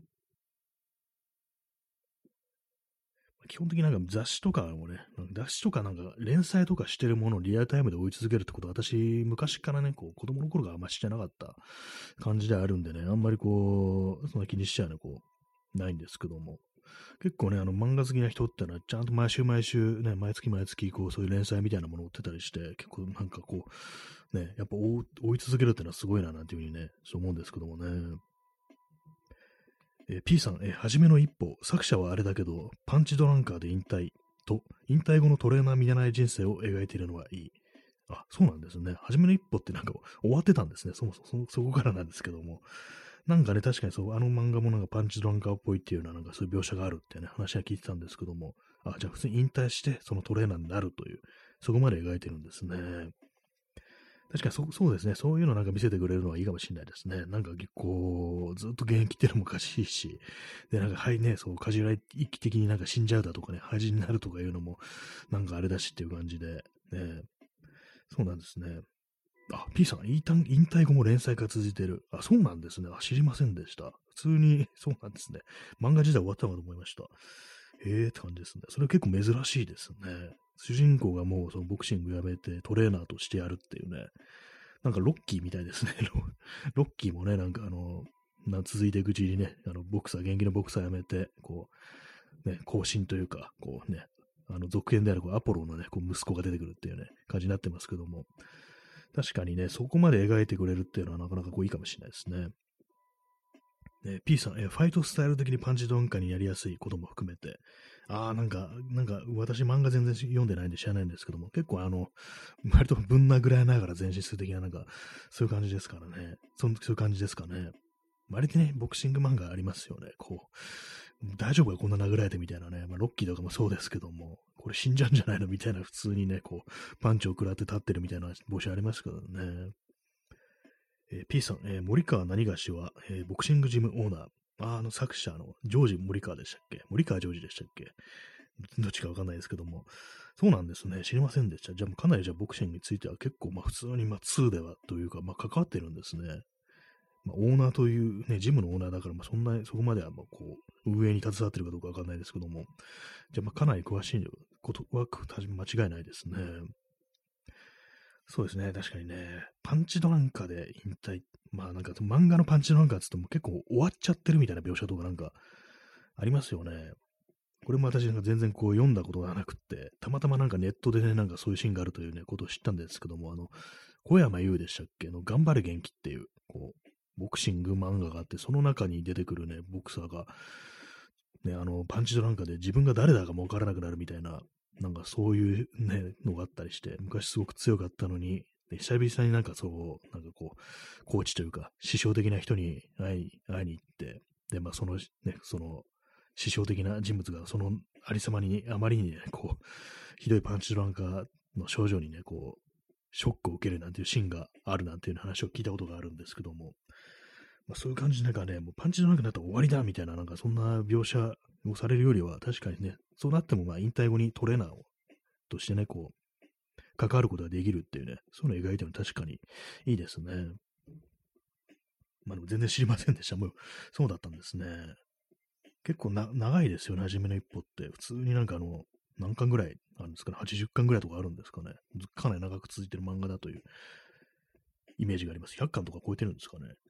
基本的になんか雑誌とかもね、雑誌とかなんか連載とかしてるものをリアルタイムで追い続けるってことは、私、昔からね、こう、子供の頃があんましてなかった感じではあるんでね、あんまりこう、そんな気にしちゃうね、こう、ないんですけども。結構ね、漫画好きな人ってのは、ちゃんと毎週毎週、ね、毎月毎月、こう、そういう連載みたいなものを追ってたりして、結構なんかこう、ね、やっぱ追い続けるってのはすごいな、なんていうふうにね、そう思うんですけどもね。P さん、初めの一歩、作者はあれだけど、パンチドランカーで引退と、引退後のトレーナー見習い人生を描いているのはいい。あ、そうなんですね。初めの一歩ってなんか終わってたんですね。そこからなんですけども。なんかね、確かにそう、あの漫画もなんかパンチドランカーっぽいっていうような、なんかそういう描写があるってね、話は聞いてたんですけども。あ、じゃあ普通に引退して、そのトレーナーになるという、そこまで描いてるんですね。確かにそうですね。そういうのなんか見せてくれるのはいいかもしれないですね。なんか結構、ずっと現役っていうのもおかしいし、で、なんか、はいね、そう、カジュアル一気的になんか死んじゃうだとかね、廃人になるとかいうのも、なんかあれだしっていう感じで、ね、そうなんですね。あ、P さん、引退後も連載が続いてる。あ、そうなんですね。あ、知りませんでした。普通に、そうなんですね。漫画時代終わったのかと思いました。へえって感じですね。それは結構珍しいですね。主人公がもうそのボクシングやめてトレーナーとしてやるっていうね。なんかロッキーみたいですね。ロッキーもね、なんか続いていくうちにね、現役のボクサー辞めて、こう、ね、後進というか、こうね、続編であるこうアポロのね、こう息子が出てくるっていうね、感じになってますけども、確かにね、そこまで描いてくれるっていうのはなかなかこういいかもしれないですね。P さん、ファイトスタイル的にパンチ鈍化にやりやすいことも含めて、なんか、私漫画全然読んでないんで知らないんですけども、結構割とぶん殴られながら前進する的な、なんか、そういう感じですからね。そういう感じですかね。割とね、ボクシング漫画ありますよね。こう、大丈夫かこんな殴られてみたいなね。まあ、ロッキーとかもそうですけども、これ死んじゃうんじゃないのみたいな、普通にね、こう、パンチを食らって立ってるみたいな帽子ありますけどね。P さん、森川何がしは、ボクシングジムオーナー。作者のジョージ森川でしたっけ森川ジョージでしたっけどっちかわかんないですけども。そうなんですね。知りませんでした。じゃあ、かなりじゃあボクシングについては結構、まあ普通に、まあ2ではというか、まあ関わってるんですね。まあオーナーというね、ジムのオーナーだから、まあそこまでは、まあこう、運営に携わってるかどうかわかんないですけども。じゃあ、まあかなり詳しいことは間違いないですね。そうですね、確かにね。パンチドランカで引退。まあなんか漫画のパンチドランカーって言っても結構終わっちゃってるみたいな描写とかなんかありますよね。これも私なんか全然こう読んだことがなくって、たまたまなんかネットでね、なんかそういうシーンがあるというね、ことを知ったんですけども、小山優でしたっけ頑張れ元気っていう、こう、ボクシング漫画があって、その中に出てくるね、ボクサーが、ね、パンチドランカーで自分が誰だかもわからなくなるみたいな、なんかそういうね、のがあったりして、昔すごく強かったのに、で久々になんかそう、なんかこう、コーチというか、師匠的な人に会いに行って、で、まあその、師匠的な人物がそのありさまにあまりにね、こう、ひどいパンチドランカーの症状にね、こう、ショックを受けるなんていうシーンがあるなんていう話を聞いたことがあるんですけども、まあ、そういう感じでなんかね、もうパンチドランカーになったら終わりだみたいな、なんかそんな描写をされるよりは、確かにね、そうなってもまあ引退後にトレーナーとしてね、こう、関わることができるっていうね、そういうのを描いてるの確かにいいですね。まあでも全然知りませんでした。もう、そうだったんですね。結構長いですよね、初めの一歩って。普通になんか何巻ぐらいあるんですかね、80巻ぐらいとかあるんですかね。かなり長く続いてる漫画だというイメージがあります。100巻とか超えてるんですかね。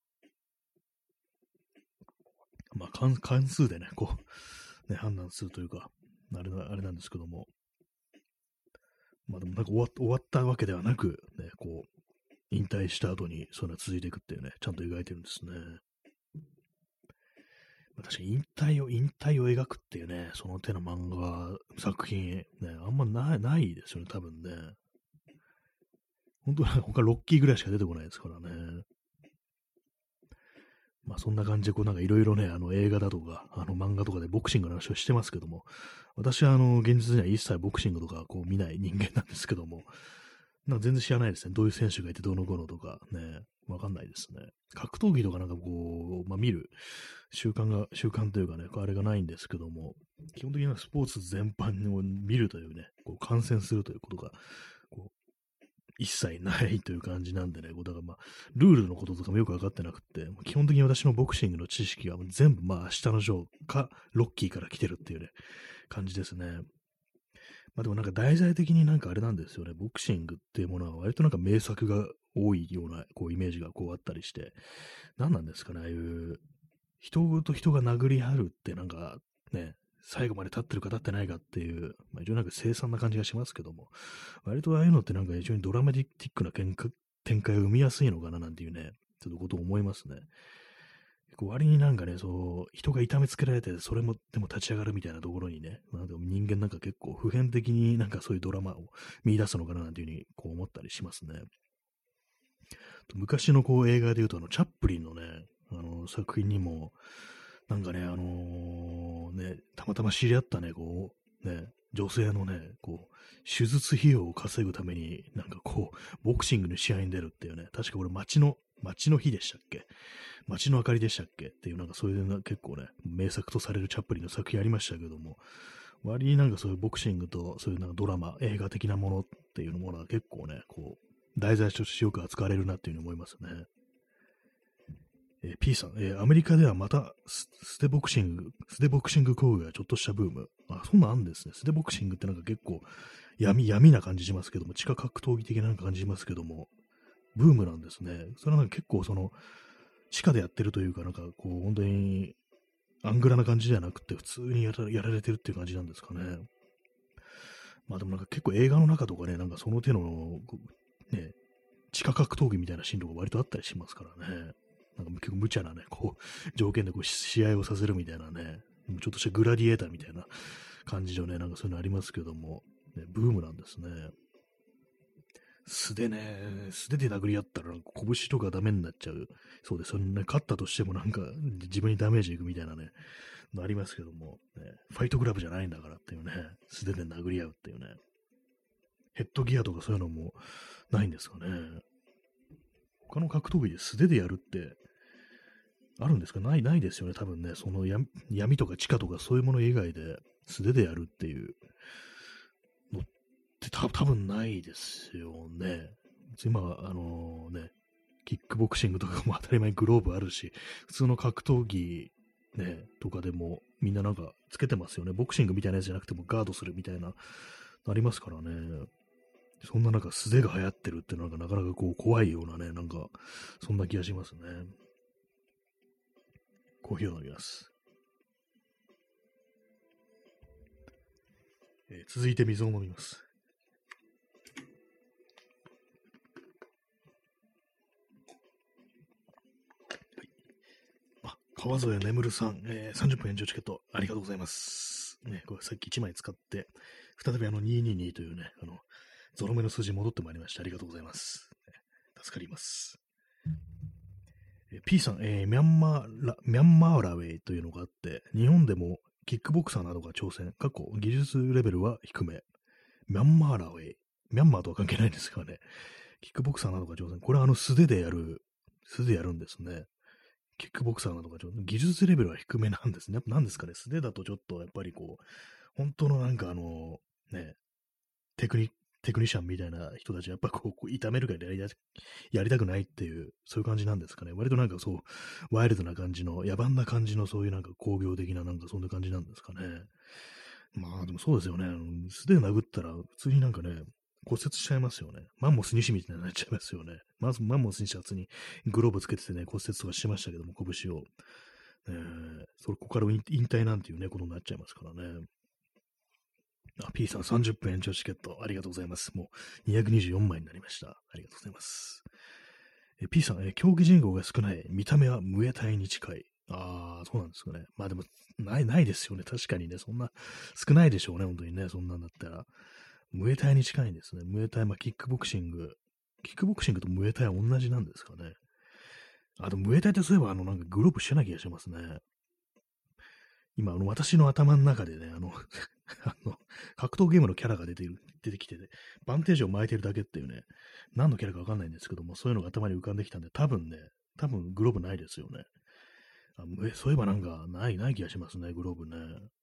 まあ、関数でね、こう、ね、判断するというか、あれなんですけども。まあでもなんか終わったわけではなく、ね、こう、引退した後にそういうのが続いていくっていうね、ちゃんと描いてるんですね。 確かに引退を描くっていうね、その手の漫画作品、ね、あんまないですよね、多分ね。本当は他ロッキーぐらいしか出てこないですからね。まあそんな感じで、こうなんかいろいろね、映画だとか、漫画とかでボクシングの話をしてますけども、私は現実には一切ボクシングとかこう見ない人間なんですけども、なんか全然知らないですね。どういう選手がいてどうのこうのとかね、わかんないですね。格闘技とかなんかこう、まあ見る習慣というかね、あれがないんですけども、基本的にはスポーツ全般を見るというね、こう観戦するということが、こう一切ないという感じなんでね、こうだからまあ、ルールのこととかもよくわかってなくって、基本的に私のボクシングの知識は全部まあ、明日のジョーか、ロッキーから来てるっていうね、感じですね。まあでもなんか題材的になんかあれなんですよね、ボクシングっていうものは割となんか名作が多いようなこうイメージがこうあったりして、何なんですかね、ああいう人と人が殴り合うってなんかね、最後まで立ってるか立ってないかっていう、まあ、非常になんか凄惨な感じがしますけども、割とああいうのってなんか非常にドラマティックな展開を生みやすいのかななんていうね、ちょっとことを思いますね。割になんかね、そう、人が痛めつけられて、それも、でも立ち上がるみたいなところにね、なんか人間なんか結構普遍的になんかそういうドラマを見出すのかななんていうふうにこう思ったりしますね。昔のこう映画で言うと、チャップリンのね、作品にも、なんかね、たまたま知り合ったね、こう、ね、女性のね、こう、手術費用を稼ぐために、なんかこう、ボクシングの試合に出るっていうね、確かこれ街の日でしたっけ、街の明かりでしたっけっていう、なんかそういうな結構ね、名作とされるチャップリンの作品ありましたけども、割になんかそういうボクシングと、そういうなんかドラマ、映画的なものっていうものは結構ね、こう、題材としてよく扱われるなっていうふうに思いますね。P さん、アメリカではまたステボクシング行為がちょっとしたブーム。あ、そんなんあるんですね。ステボクシングってなんか結構闇な感じしますけども、地下格闘技的な感じしますけども、ブームなんですね。それはなんか結構その、地下でやってるというか、なんかこう、本当にアングラな感じではなくて、普通にやられてるっていう感じなんですかね。まあでもなんか結構映画の中とかね、なんかその手の、ね、地下格闘技みたいなシーンとか割とあったりしますからね。なんか結構無茶なね、こう、条件でこう試合をさせるみたいなね、ちょっとしたグラディエーターみたいな感じのね、なんかそういうのありますけども、ね、ブームなんですね。素手で殴り合ったら、拳とかダメになっちゃう。そうです。そんな勝ったとしてもなんか自分にダメージいくみたいなね、のありますけども、ね、ファイトクラブじゃないんだからっていうね、素手で殴り合うっていうね、ヘッドギアとかそういうのもないんですかね。他の格闘技で素手でやるってあるんですか？ないですよね。多分ね、その闇とか地下とかそういうもの以外で素手でやるっていうのって多分ないですよね。今、キックボクシングとかも当たり前にグローブあるし、普通の格闘技ね、とかでもみんななんかつけてますよね。ボクシングみたいなやつじゃなくてもガードするみたいな、ありますからね。そんななんか素手が流行ってるってなんかなかなかこう怖いようなね、なんかそんな気がしますね。コーヒーを飲みます。続いて水を飲みます。川添眠さん、30分延長チケットありがとうございます。ね、これさっき1枚使って、再び222というね、ゾロ目の数字戻ってまいりました。ありがとうございます。助かります。P さん、ミャンマーラウェイというのがあって、日本でもキックボクサーなどが挑戦、過去技術レベルは低め。ミャンマーラウェイ。ミャンマーとは関係ないんですがね、キックボクサーなどが挑戦。これは素手でやるんですね。キックボクサーなどが技術レベルは低めなんですね。なんですかね、素手だとちょっとやっぱりこう、本当のなんかね、テクニシャンみたいな人たちはやっぱこう、痛めるからやりたくないっていう、そういう感じなんですかね。割となんかそう、ワイルドな感じの、野蛮な感じのそういうなんか工業的ななんかそんな感じなんですかね。まあでもそうですよね。素手で殴ったら普通になんかね、骨折しちゃいますよね。マンモス西みたいになっちゃいますよね。まずマンモス西は普通にグローブつけててね、骨折とかしましたけども、拳を。ここから引退なんていうね、ことになっちゃいますからね。P さん30分延長チケットありがとうございます。もう224枚になりました。ありがとうございます。P さん、競技人口が少ない。見た目はムエタイに近い。 ああ、そうなんですかね。まあでも、ないですよね。確かにね。そんな少ないでしょうね。本当にね。そんなんだったら。ムエタイに近いんですね。ムエタイ、まあ、キックボクシング。キックボクシングとムエタイは同じなんですかね。あ、でもムエタイってそういえば、なんかグローブしてない気がしますね。今、私の頭の中でね、の、格闘ゲームのキャラが出てきてて、バンテージを巻いてるだけっていうね、何のキャラかわかんないんですけども、そういうのが頭に浮かんできたんで、多分グローブないですよね。そういえばなんか、ない気がしますね、グローブね。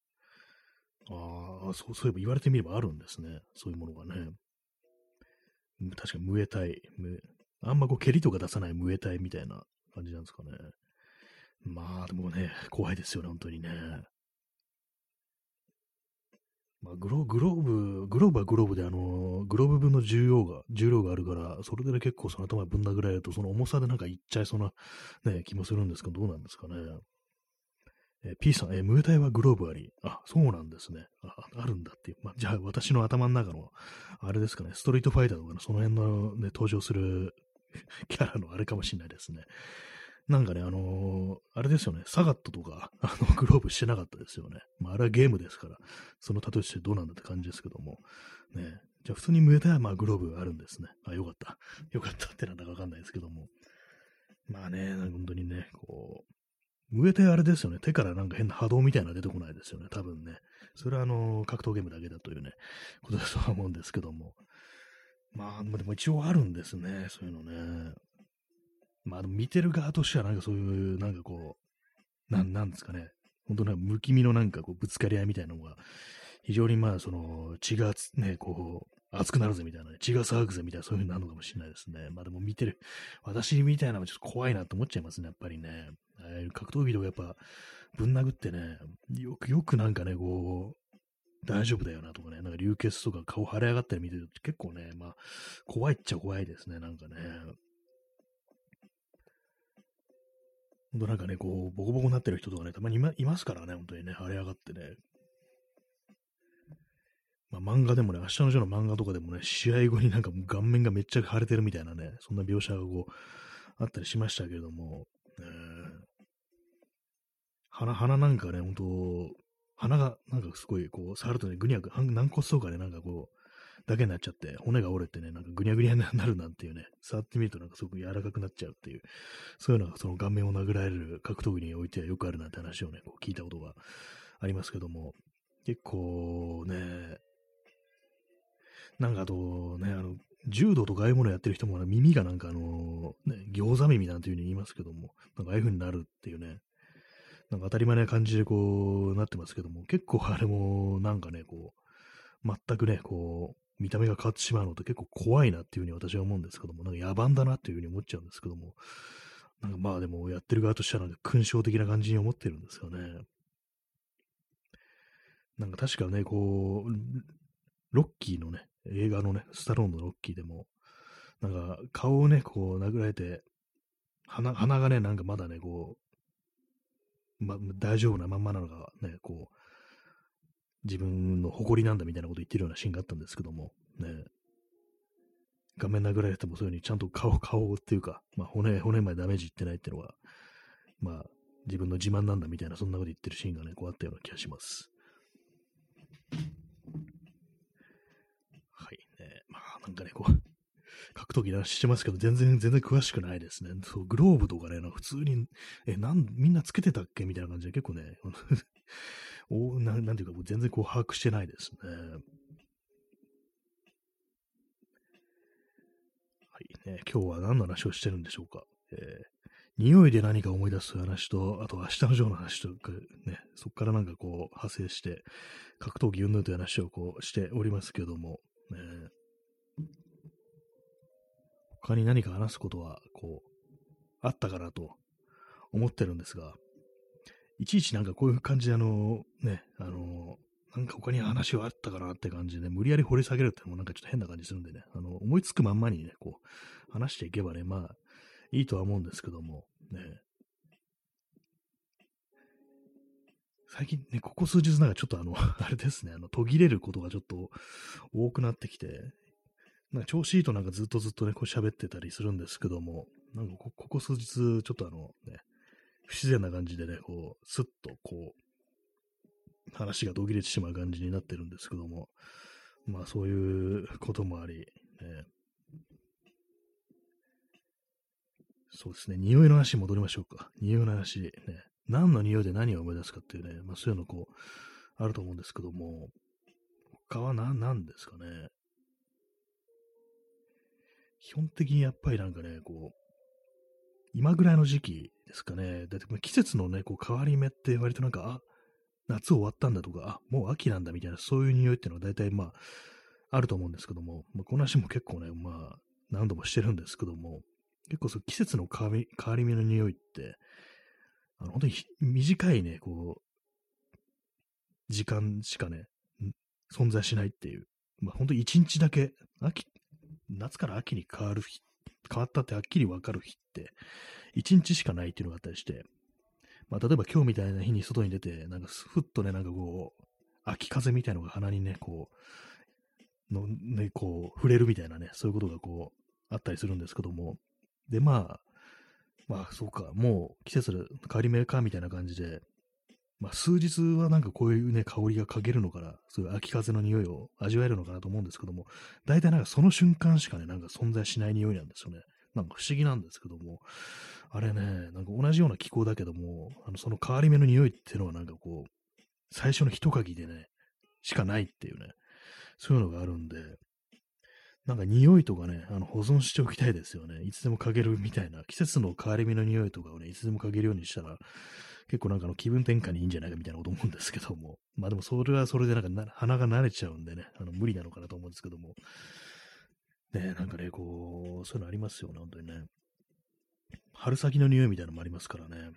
そういえば言われてみればあるんですね。そういうものがね。確かにムエタイ。あんまこう、蹴りとか出さないムエタイみたいな感じなんですかね。まあ、でもね、怖いですよね、本当にね。まあ、グローブはグローブで、グローブ分の重量があるから、それでね、結構その頭ぶん殴られると、その重さでなんかいっちゃいそうな、ね、気もするんですけど、どうなんですかね。P さん、ムエタイはグローブあり。あ、そうなんですね。あるんだっていう。まあ、じゃあ、私の頭の中の、あれですかね、ストリートファイターとかのその辺のね、登場するキャラのあれかもしれないですね。なんかね、あれですよね、サガットとか、グローブしてなかったですよね。まあ、あれはゲームですから、その例えとしてどうなんだって感じですけども。ね、じゃあ、普通にムエタイはまあグローブあるんですね。あ、よかった。よかったってなんだかわかんないですけども。まあね、本当にね、こう、ムエタイあれですよね、手からなんか変な波動みたいなの出てこないですよね、多分ね。それは格闘ゲームだけだというね、ことだとは思うんですけども。まあ、でも一応あるんですね、そういうのね。まあ、でも見てる側としてはなんかそういう、なんかこう、なんですかね。本当なんか不気味のなんかこうぶつかり合いみたいなのが、非常にまあその血がね、こう、熱くなるぜみたいなね、血が騒ぐぜみたいなそういう風になるのかもしれないですね。まあでも見てる、私みたいなのはちょっと怖いなって思っちゃいますね、やっぱりね。格闘技とかやっぱぶん殴ってね、よくなんかね、こう、大丈夫だよなとかね、なんか流血とか顔腫れ上がったり見てると結構ね、まあ、怖いっちゃ怖いですね、なんかね。ほんとなんかね、こう、ボコボコになってる人とかね、たまにいますからね、本当にね、腫れ上がってね。まあ、漫画でもね、明日のジョーの漫画とかでもね、試合後になんかもう顔面がめっちゃ腫れてるみたいなね、そんな描写がこう、あったりしましたけれども、鼻なんかね、本当鼻がなんかすごいこう、触るとね、ぐにゃぐ、軟骨とかね、なんかこう、だけになっちゃって、骨が折れてね、なんかぐにゃぐにゃになるなんていうね、触ってみるとなんかすごく柔らかくなっちゃうっていう、そういうのがその顔面を殴られる格闘技においてはよくあるなんて話をね、こう聞いたことがありますけども、結構ね、なんかあとね、柔道とかああいうものやってる人も、耳がなんか餃子耳なんていう風に言いますけども、なんかああいう風になるっていうね、なんか当たり前な感じでこうなってますけども、結構あれもなんかね、こう、全くね、こう、見た目が変わってしまうのって結構怖いなっていう風に私は思うんですけども、なんか野蛮だなっていう風に思っちゃうんですけども、なんかまあでもやってる側としてはなんか勲章的な感じに思ってるんですよね。なんか確かね、こう、ロッキーのね、映画のね、スタローンのロッキーでも、なんか顔をね、こう殴られて、鼻がね、なんかまだね、こう、大丈夫なまんまなのがね、こう、自分の誇りなんだみたいなこと言ってるようなシーンがあったんですけども、ね、画面殴られてもそういう風にちゃんと顔っていうか、まあ骨までダメージいってないっていうのは、まあ自分の自慢なんだみたいな、そんなこと言ってるシーンがね、こうあったような気がします。はい、ね。まあなんかね、こう、格闘技の話してますけど、全然詳しくないですね。そう、グローブとかね、普通に、みんなつけてたっけみたいな感じで結構ね、なんていうか、もう全然こう把握してないですね。はい、ね。今日は何の話をしてるんでしょうか。匂いで何か思い出す話と、あと明日のジョーの話とか、ね、そこからなんかこう派生して、格闘技云々という話をこうしておりますけども、ね、他に何か話すことは、こう、あったかなと思ってるんですが、いちいちなんかこういう感じでなんか他に話はあったかなって感じで、無理やり掘り下げるってのもなんかちょっと変な感じするんでね、思いつくまんまにね、こう、話していけばね、まあ、いいとは思うんですけども、ね、最近ね、ここ数日なんかちょっとあれですね、途切れることがちょっと多くなってきて、なんか調子いいとなんかずっとね、こう喋ってたりするんですけども、なんかここ数日ちょっとね、 不自然な感じでね、こう、スッとこう、話が途切れてしまう感じになってるんですけども、まあそういうこともあり、ね、そうですね、匂いの話に戻りましょうか。匂いの話、ね、何の匂いで何を思い出すかっていうね、まあそういうのこう、あると思うんですけども、他は何ですかね。基本的にやっぱりなんかね、こう、今ぐらいの時期ですかね。だって季節のね、こう変わり目って割となんか、夏終わったんだとか、もう秋なんだみたいな、そういう匂いっていうのは大体まあ、あると思うんですけども、まあ、この話も結構ね、まあ、何度もしてるんですけども、結構そう季節の変わり目の匂いって、本当に短いね、こう、時間しかね、存在しないっていう、まあ本当に一日だけ、夏から秋に変わったってはっきりわかる日って、一日しかないっていうのがあったりして、まあ例えば今日みたいな日に外に出て、なんかふっとね、なんかこう、秋風みたいなのが鼻にね、こね、こう、触れるみたいなね、そういうことがこう、あったりするんですけども、で、そうか、もう季節の変わり目か、みたいな感じで、まあ、数日はなんかこういうね、香りが嗅げるのかな、そういう秋風の匂いを味わえるのかなと思うんですけども、大体なんかその瞬間しかね、なんか存在しない匂いなんですよね。なんか不思議なんですけども、あれね、なんか同じような気候だけども、その変わり目の匂いっていうのはなんかこう、最初の一嗅ぎでね、しかないっていうね、そういうのがあるんで、なんか匂いとかね、保存しておきたいですよね。いつでも嗅げるみたいな、季節の変わり目の匂いとかをね、いつでも嗅げるようにしたら、結構なんか気分転換にいいんじゃないかみたいなこと思うんですけども。まあでもそれはそれでなんか鼻が慣れちゃうんでね、無理なのかなと思うんですけども。ね、なんかね、こう、そういうのありますよね、本当にね。春先の匂いみたいなのもありますからね。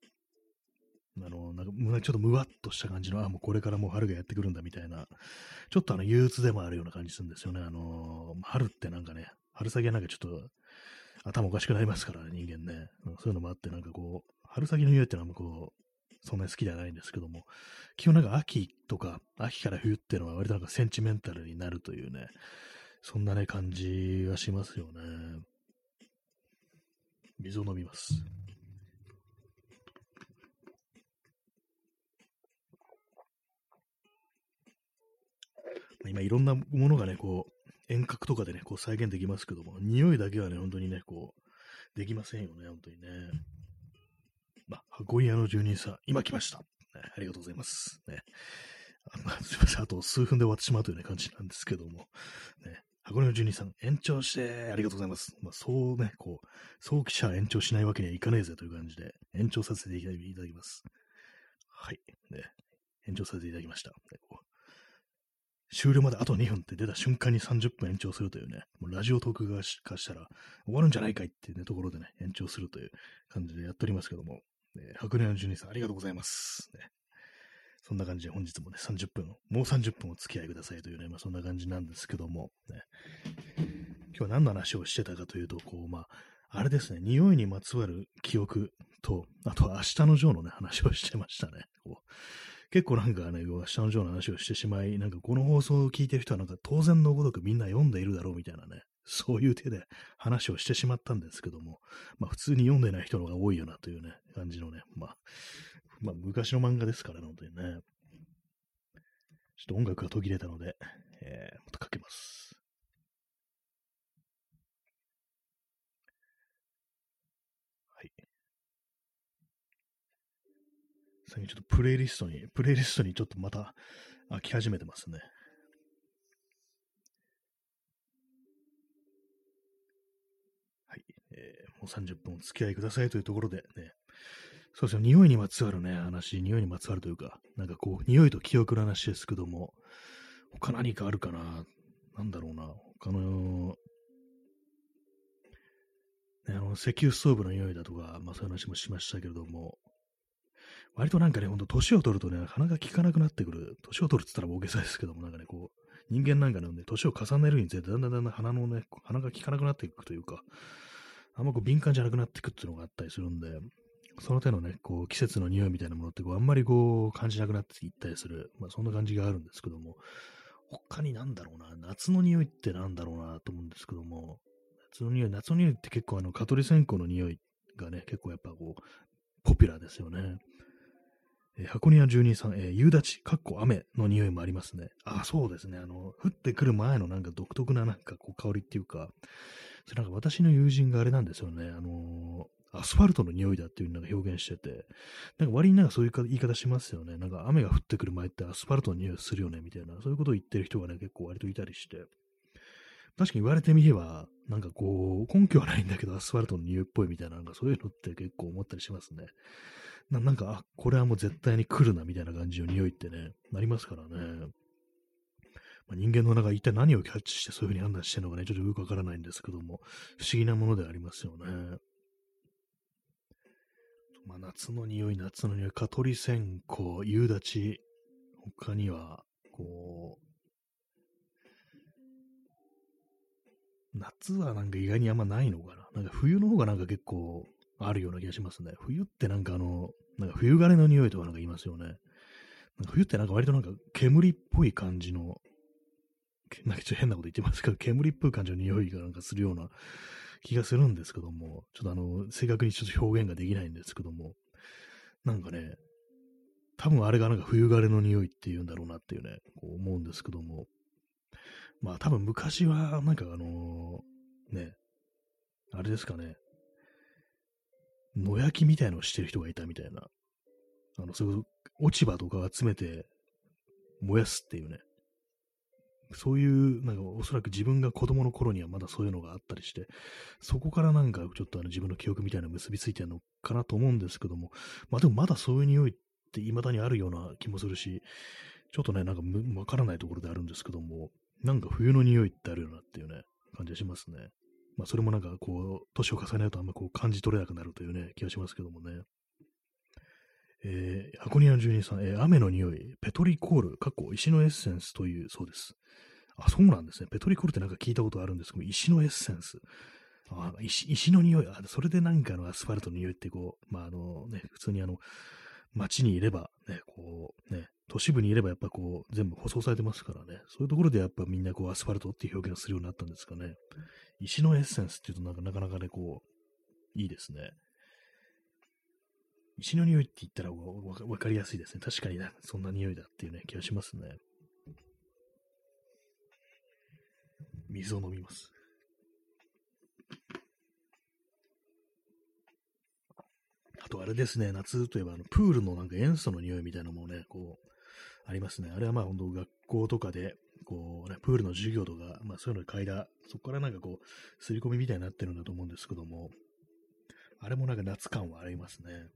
なんかちょっとむわっとした感じの、もうこれからもう春がやってくるんだみたいな、ちょっと憂鬱でもあるような感じするんですよね。春ってなんかね、春先はなんかちょっと頭おかしくなりますからね、人間ね。そういうのもあって、なんかこう、春先の匂いってのはこう、そんなに好きではないんですけども、基本なんか秋とか、秋から冬っていうのは割となんかセンチメンタルになるというね、そんなね、感じがしますよね。水を飲みます。今いろんなものがね、こう、遠隔とかでね、こう再現できますけども、匂いだけはね、本当にね、こう、できませんよね、本当にね。箱屋の住人さん、今来ました。ね、ありがとうございます。ね、すいません、あと数分で終わってしまうという、ね、感じなんですけども、ね、箱根の住人さん、延長してありがとうございます。そうね、こう、早期者延長しないわけにはいかねえぜという感じで、延長させていただきます。はい。ね、延長させていただきました。終了まであと2分って出た瞬間に30分延長するというね、もうラジオトーク化したら終わるんじゃないかいっていうね、ところでね、延長するという感じでやっておりますけども、白年の住人さんありがとうございます。ね、そんな感じで本日もね、30分、もう30分お付き合いくださいというね、そんな感じなんですけども、ね、今日は何の話をしてたかというと、こう、あれですね、匂いにまつわる記憶と、あとは明日のジョーのね、話をしてましたね。結構なんかね、明日のジョーの話をしてしまい、なんかこの放送を聞いてる人はなんか当然のごとくみんな読んでいるだろうみたいなね、そういう手で話をしてしまったんですけども、普通に読んでない人の方が多いよなというね、感じのね、昔の漫画ですからね、本当にね。ちょっと音楽が途切れたので、もっとかけます。はい。最近ちょっとプレイリストにちょっとまた飽き始めてますね。はい。もう30分お付き合いくださいというところでね、そうですよ、匂いにまつわるね、話、匂いにまつわるというか、なんかこう、匂いと記憶の話ですけども、他何かあるかな、なんだろうな、他の、ね、石油ストーブの匂いだとか、そういう話もしましたけれども、割となんかね、ほんと年を取るとね、鼻が効かなくなってくる。年を取るって言ったら大げさですけども、なんかね、こう、人間なんかのね、年を重ねるにつれて、だんだん鼻が効かなくなっていくというか、あんまこう敏感じゃなくなっていくっていうのがあったりするんで、その手のね、こう、季節の匂いみたいなものってこう、あんまりこう、感じなくなっていったりする、そんな感じがあるんですけども、他になんだろうな、夏の匂いってなんだろうなと思うんですけども、夏の匂いって結構蚊取り線香の匂いがね、結構やっぱこう、 ポピュラーですよね。箱庭住人さん、夕立、かっこ雨の匂いもありますね。あ、そうですね。降ってくる前のなんか独特ななんかこう香りっていうか、それなんか私の友人があれなんですよね。アスファルトの匂いだっていうのが表現してて、なんか割になんかそういう言い方しますよね。なんか雨が降ってくる前ってアスファルトの匂いするよね、みたいな、そういうことを言ってる人がね、結構割といたりして、確かに言われてみれば、なんかこう、根拠はないんだけど、アスファルトの匂いっぽいみたいな、なんかそういうのって結構思ったりしますね。なんか、あ、これはもう絶対に来るな、みたいな感じの匂いってね、なりますからね。まあ、人間の中一体何をキャッチしてそういうふうに判断してるのかね、ちょっとよくわからないんですけども、不思議なものでありますよね。まあ、夏の匂い、蚊取り線香、夕立、他には、こう、夏はなんか意外にあんまないのかな。なんか冬の方がなんか結構あるような気がしますね。冬ってなんかなんか冬枯れの匂いとかなんか言いますよね。なんか冬ってなんか割となんか煙っぽい感じの、なんかちょっと変なこと言ってますけど、煙っぽい感じの匂いがなんかするような気がするんですけども、ちょっと正確にちょっと表現ができないんですけども、なんかね、多分あれがなんか冬枯れの匂いっていうんだろうなっていうね、こう思うんですけども、まあ多分昔はなんかね、あれですかね、野焼きみたいのをしてる人がいたみたいな、そういう落ち葉とか集めて燃やすっていうね、そういう、なんかおそらく自分が子供の頃にはまだそういうのがあったりして、そこからなんかちょっと自分の記憶みたいなの結びついてるのかなと思うんですけども、まあでもまだそういう匂いって未だにあるような気もするし、ちょっとね、なんかわからないところであるんですけども、なんか冬の匂いってあるよなっていうね、感じがしますね。まあそれもなんかこう、年を重ねるとあんまこう感じ取れなくなるというね、気がしますけどもね。箱庭の住人さん、雨の匂い、ペトリコール、石のエッセンスというそうです。あ、そうなんですね。ペトリコールってなんか聞いたことあるんですけど、石のエッセンス。石の匂い、それでなんかアスファルトの匂いってこう、まあね、普通に街にいれば、ね、こう、ね、都市部にいればやっぱこう、全部舗装されてますからね、そういうところでやっぱみんなこう、アスファルトっていう表現をするようになったんですかね。石のエッセンスっていうとなかなかね、こう、いいですね。石の匂いって言ったらわかりやすいですね。確かにね、そんな匂いだっていうね、気がしますね。水を飲みます。あとあれですね、夏といえばプールのなんか塩素の匂いみたいなのもね、こう、ありますね。あれはまあ本当学校とかで、こうね、プールの授業とか、まあそういうので嗅いだ、そこからなんかこう、刷り込みみたいになってるんだと思うんですけども、あれもなんか夏感はありますね。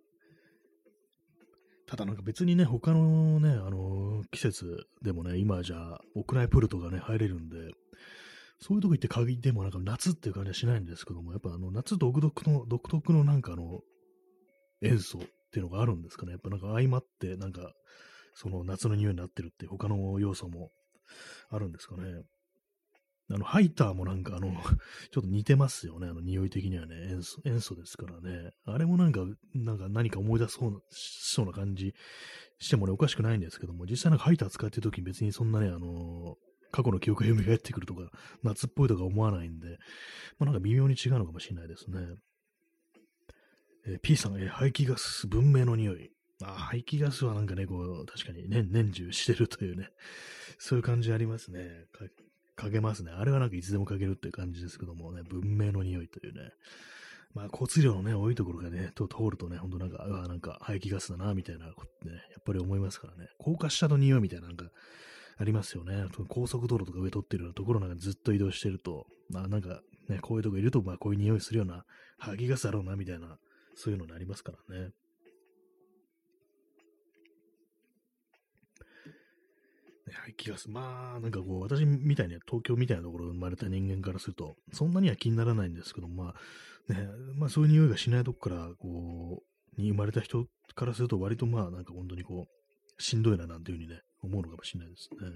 ただなんか別にね、他のね、季節でもね、今じゃあ屋内プールとかね、入れるんで、そういうとこ行って鍵でもなんか夏っていう感じはしないんですけども、やっぱ夏独特のなんか塩素っていうのがあるんですかね。やっぱなんか相まって、なんか、その夏の匂いになってるって他の要素もあるんですかね。ハイターもなんかちょっと似てますよね。匂い的にはね、塩素ですからね。あれもなんか何か思い出そうな感じしてもね、おかしくないんですけども、実際なんかハイター使ってる時に別にそんなね、過去の記憶が蘇ってくるとか、夏っぽいとか思わないんで、まあなんか微妙に違うのかもしれないですね。P さん、排気ガス、文明の匂い。排気ガスはなんかね、こう、確かに年中してるというね、そういう感じありますね。かけますね。あれはなんかいつでもかけるっていう感じですけどもね、文明の匂いというね。まあ、交通量のね、多いところがね、通るとね、ほんとなんか、なんか排気ガスだな、みたいなことね、やっぱり思いますからね。高架下の匂いみたいななんか、ありますよね。高速道路とか上通ってるようなところなんかずっと移動してると、なんかね、こういうとこいると、まあこういう匂いするような排気ガスだろうな、みたいな、そういうのになりますからね。排気ガス。まあ、なんかこう、私みたいに東京みたいなところで生まれた人間からすると、そんなには気にならないんですけど、まあ、ね、まあそういう匂いがしないとこから、こう、に生まれた人からすると、割とまあ、なんか本当にこう、しんどいななんていうふうにね、思うのかもしれないですね。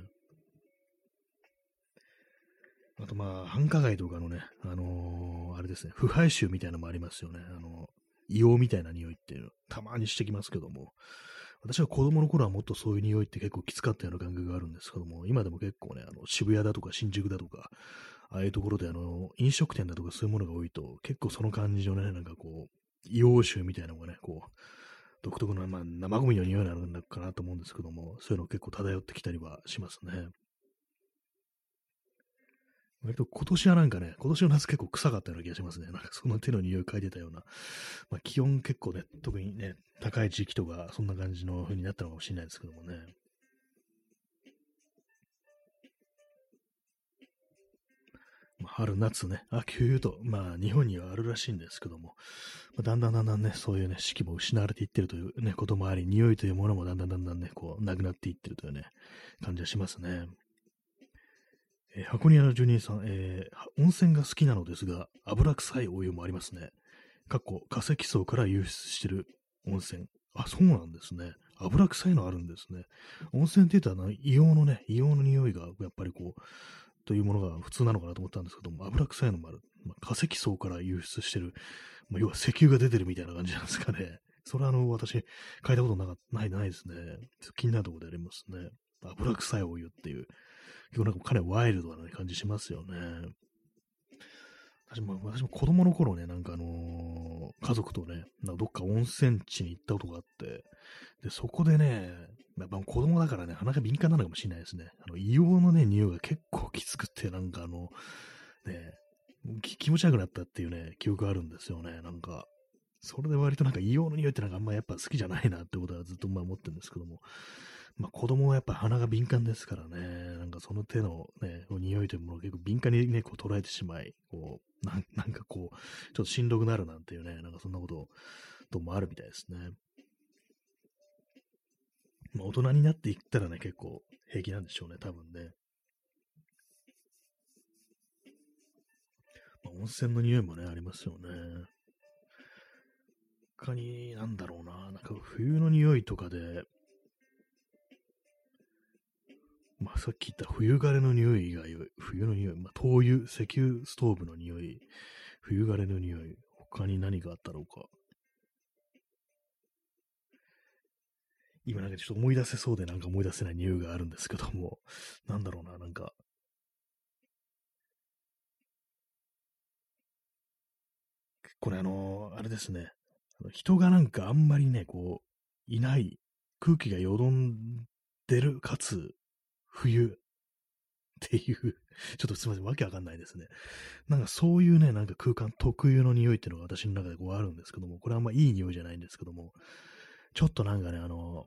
あとまあ、繁華街とかのね、あれですね、腐敗臭みたいなのもありますよね。硫黄みたいな匂いっていうの、たまにしてきますけども、私は子供の頃はもっとそういう匂いって結構きつかったような感覚があるんですけども、今でも結構ね、渋谷だとか新宿だとか、ああいうところで飲食店だとかそういうものが多いと、結構その感じのね、なんかこう、 硫黄臭みたいなのがね、こう、独特の、まあ、生ゴミの匂いなのかなと思うんですけども、そういうの結構漂ってきたりはしますね。割と今年はなんかね、今年の夏結構臭かったような気がしますね。なんかその手の匂い嗅いでたような。まあ気温結構ね、特にね、高い時期とか、そんな感じの風になったのかもしれないですけどもね。まあ、春、夏ね、秋冬と、まあ日本にはあるらしいんですけども、まあ、だんだんね、そういうね、四季も失われていってるというね、こともあり、匂いというものもだんだんね、こう、なくなっていってるというね、感じがしますね。箱庭の住人さん、温泉が好きなのですが、油臭いお湯もありますね。化石層から湧出している温泉。あ、そうなんですね。油臭いのあるんですね。温泉って言ったら、硫黄の匂いが、やっぱりこう、というものが普通なのかなと思ったんですけども、油臭いのもある。まあ、化石層から湧出している、まあ、要は石油が出てるみたいな感じなんですかね。それは私、嗅いだことないですね。気になるところでありますね。油臭いお湯っていう、結構なんかかなりワイルドな感じしますよね。私も子供の頃ね、なんか家族とね、なんかどっか温泉地に行ったことがあって、で、そこでね、やっぱ子供だからね、鼻が敏感なのかもしれないですね。硫黄のね、匂いが結構きつくて、なんかね、気持ち悪くなったっていうね、記憶があるんですよね、なんか。それで割となんか硫黄の匂いってなんかあんまやっぱ好きじゃないなってことはずっと思ってるんですけども、まあ子供はやっぱ鼻が敏感ですからね、なんかその手のね、匂いというものを結構敏感にね、こう捉えてしまい、こう、なんかこう、ちょっとしんどくなるなんていうね、なんかそんなこともあるみたいですね。まあ大人になっていったらね、結構平気なんでしょうね、多分ね。まあ、温泉の匂いもね、ありますよね。他に、なんだろうな、なんか冬の匂いとかで、まあ、さっき言った冬枯れの匂い以外、冬の匂い、まあ、灯油、石油ストーブの匂い、冬枯れの匂い、他に何があったろうか。今なんかちょっと思い出せそうでなんか思い出せない匂いがあるんですけども、なんだろうな、なんか、これあれですね、人がなんかあんまりね、こう、いない、空気がよどんでる、かつ、冬っていう、ちょっとすみません、わけわかんないですね。なんかそういうね、なんか空間特有の匂いっていうのが私の中でこうあるんですけども、これはあんまいい匂いじゃないんですけども、ちょっとなんかね、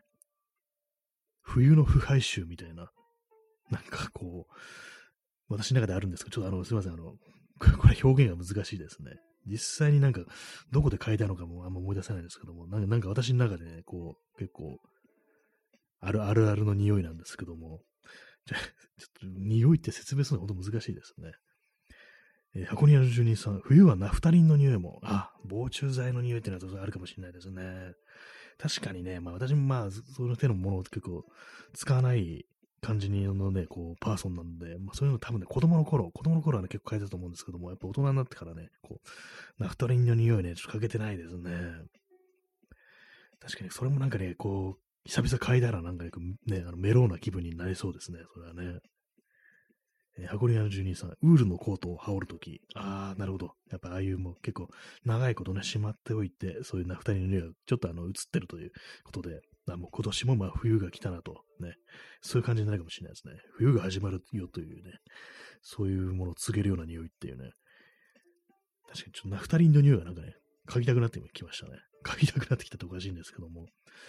冬の腐敗臭みたいな、なんかこう、私の中であるんですけど、ちょっとすみません、これ表現が難しいですね。実際になんか、どこで嗅いだのかもあんま思い出せないんですけども、なんか私の中でね、こう、結構、あるあるの匂いなんですけども、ちょっと匂いって説明するのほんと難しいですね。箱庭の住人さん、冬はナフタリンの匂いも、防虫剤の匂いっていうのはあるかもしれないですね。確かにね、まあ私もまあ、その手のものを結構使わない感じのね、こう、パーソンなんで、まあそういうの多分ね、子供の頃はね、結構変えたと思うんですけども、やっぱ大人になってからね、こう、ナフタリンの匂いね、ちょっとかけてないですね。確かに、それもなんかね、こう、久々嗅いだらなんかね、メローな気分になりそうですね、それはね。箱庭の住人さん、ウールのコートを羽織るとき、なるほど。やっぱああいうもう結構長いことね、しまっておいて、そういうナフタリンの匂いがちょっと映ってるということで、もう今年もまあ冬が来たなと、ね、そういう感じになるかもしれないですね。冬が始まるよというね、そういうものを告げるような匂いっていうね、確かにちょっとナフタリンの匂いがなんかね、嗅ぎたくなってきましたね。嗅ぎたくなってきたっておかしいんですけども、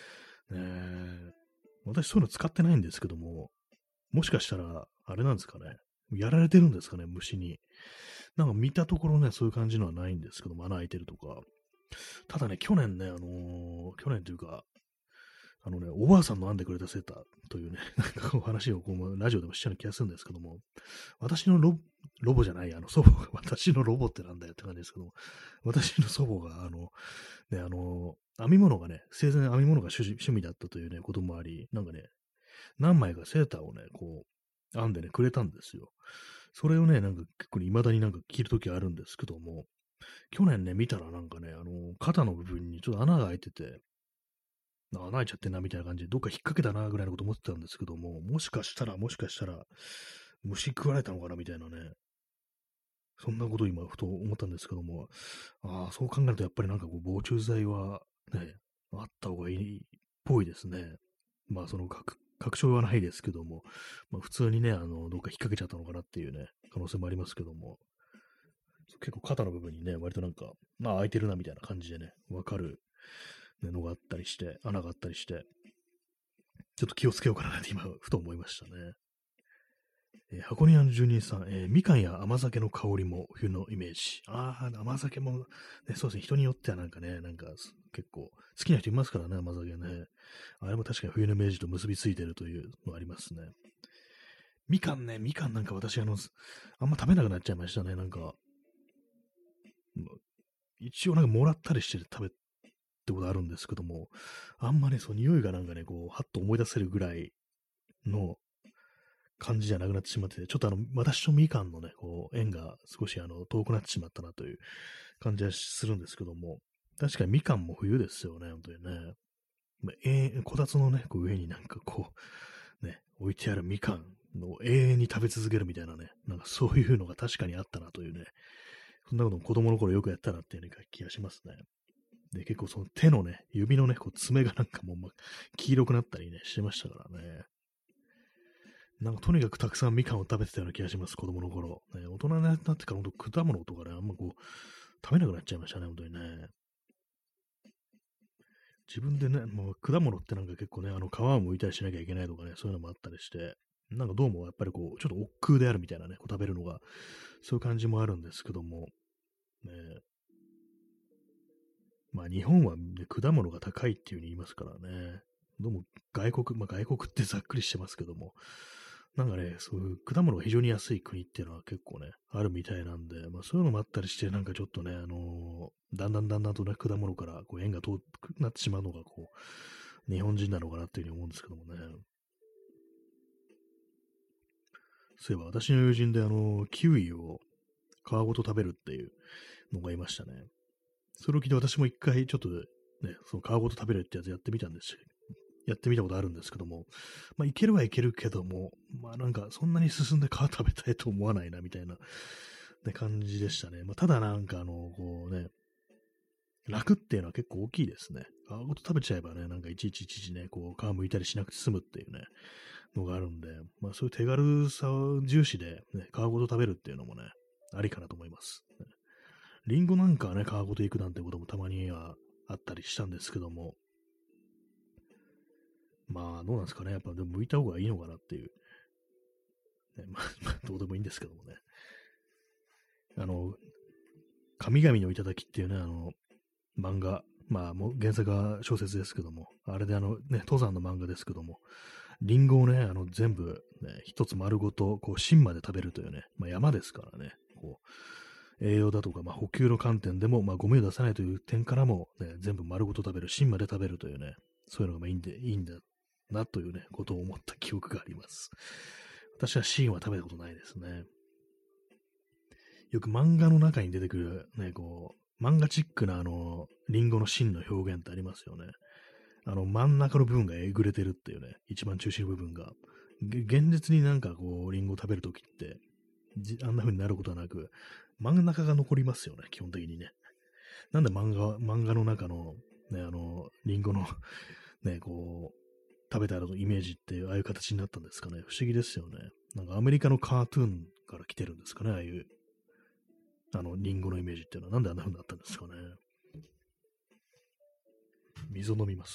私そういうの使ってないんですけども、もしかしたら、あれなんですかね。やられてるんですかね、虫に。なんか見たところね、そういう感じのはないんですけども、穴開いてるとか。ただね、去年ね、去年というか、おばあさんの編んでくれたセーターというね、なんかこう話をこうラジオでもしちゃう気がするんですけども、私のロボじゃない、祖母が、私のロボってなんだよって感じですけども、私の祖母が、ね、編み物がね、生前編み物が趣味だったというね、こともあり、なんかね、何枚かセーターをね、こう、編んでね、くれたんですよ。それをね、なんか結構未だになんか着るときあるんですけども、去年ね、見たらなんかね、肩の部分にちょっと穴が開いてて、穴開いちゃってんなみたいな感じで、どっか引っ掛けたなぐらいのこと思ってたんですけども、もしかしたら、虫食われたのかなみたいなね、 そんなことを今、ふと思ったんですけども、そう考えるとやっぱりなんかこう、防虫剤はね、あった方がいいっぽいですね。まあ、確証はないですけども、まあ、普通にね、どっか引っ掛けちゃったのかなっていうね、可能性もありますけども、結構肩の部分にね、割となんか、開いてるなみたいな感じでね、わかる、ね、のがあったりして、穴があったりして、ちょっと気をつけようかなって今、ふと思いましたね。箱庭の住人さん、みかんや甘酒の香りも冬のイメージ。甘酒も、ね、そうですね、人によってはなんかね、なんか結構好きな人いますからね、甘酒ね。あれも確かに冬のイメージと結びついてるというのがありますね。みかんなんか私あんま食べなくなっちゃいましたね、なんか。一応なんかもらったりして食べってことあるんですけども、あんまね、そう、匂いがなんかね、こう、はっと思い出せるぐらいの感じじゃなくなってしまって、ちょっと私とみかんのね、こう、縁が少し遠くなってしまったなという感じはするんですけども、確かにみかんも冬ですよね、本当にね。こたつのね、こう上になんかこう、ね、置いてあるみかんの永遠に食べ続けるみたいなね、なんかそういうのが確かにあったなというね、そんなことも子供の頃よくやったなっていう、ね、気がしますね。で、結構その手のね、指のね、こう爪がなんかもう、黄色くなったりね、してましたからね。なんかとにかくたくさんみかんを食べてたような気がします、子供の頃。ね、大人になってから本当果物とかね、あんまこう、食べなくなっちゃいましたね、本当にね。自分でね、もう果物ってなんか結構ね、皮を剥いたりしなきゃいけないとかね、そういうのもあったりして、なんかどうもやっぱりこう、ちょっと億劫であるみたいなね、こう食べるのが、そういう感じもあるんですけども、ね、まあ日本は、ね、果物が高いっていう風に言いますからね。どうも外国ってざっくりしてますけども、なんかね、そういう果物が非常に安い国っていうのは結構ね、あるみたいなんで、まあそういうのもあったりして、なんかちょっとね、だんだんとね、果物からこう縁が遠くなってしまうのが、こう、日本人なのかなっていうふうに思うんですけどもね。そういえば私の友人でキウイを皮ごと食べるっていうのがいましたね。それを聞いて私も一回ちょっとね、その皮ごと食べるってやつやってみたことあるんですけども、まあいけるはいけるけども、まあなんかそんなに進んで皮食べたいと思わないなみたいな、ね、感じでしたね。まあただなんかこうね、楽っていうのは結構大きいですね。皮ごと食べちゃえばね、なんかいちいちね、こう皮剥いたりしなくて済むっていうね、のがあるんで、まあそういう手軽さ重視で、ね、皮ごと食べるっていうのもね、ありかなと思います。リンゴなんかはね、皮ごといくなんてこともたまにはあったりしたんですけども、まあ、どうなんですかね。やっぱ、でも剥いた方がいいのかなっていう。ね、どうでもいいんですけどもね。あの、神々の頂っていうね、漫画、まあ、もう原作は小説ですけども、あれで登山の漫画ですけども、リンゴをね、全部、ね、一つ丸ごと、こう、芯まで食べるというね、まあ、山ですからね、こう、栄養だとか、まあ、補給の観点でも、まあ、ゴミを出さないという点からも、ね、全部丸ごと食べる、芯まで食べるというね、そういうのがまあいいんだなというね、ことを思った記憶があります。私は芯は食べたことないですね。よく漫画の中に出てくる、ね、こう、漫画チックなリンゴの芯の表現ってありますよね。真ん中の部分がえぐれてるっていうね、一番中心の部分が。現実になんかこう、リンゴを食べるときって、あんな風になることはなく、真ん中が残りますよね、基本的にね。なんで漫画の中の、ね、リンゴのね、こう、食べたらのイメージってああいう形になったんですかね。不思議ですよね。なんかアメリカのカートゥーンから来てるんですかね、ああいうリンゴのイメージっていうのは、なんであんな風になったんですかね。水を飲みます。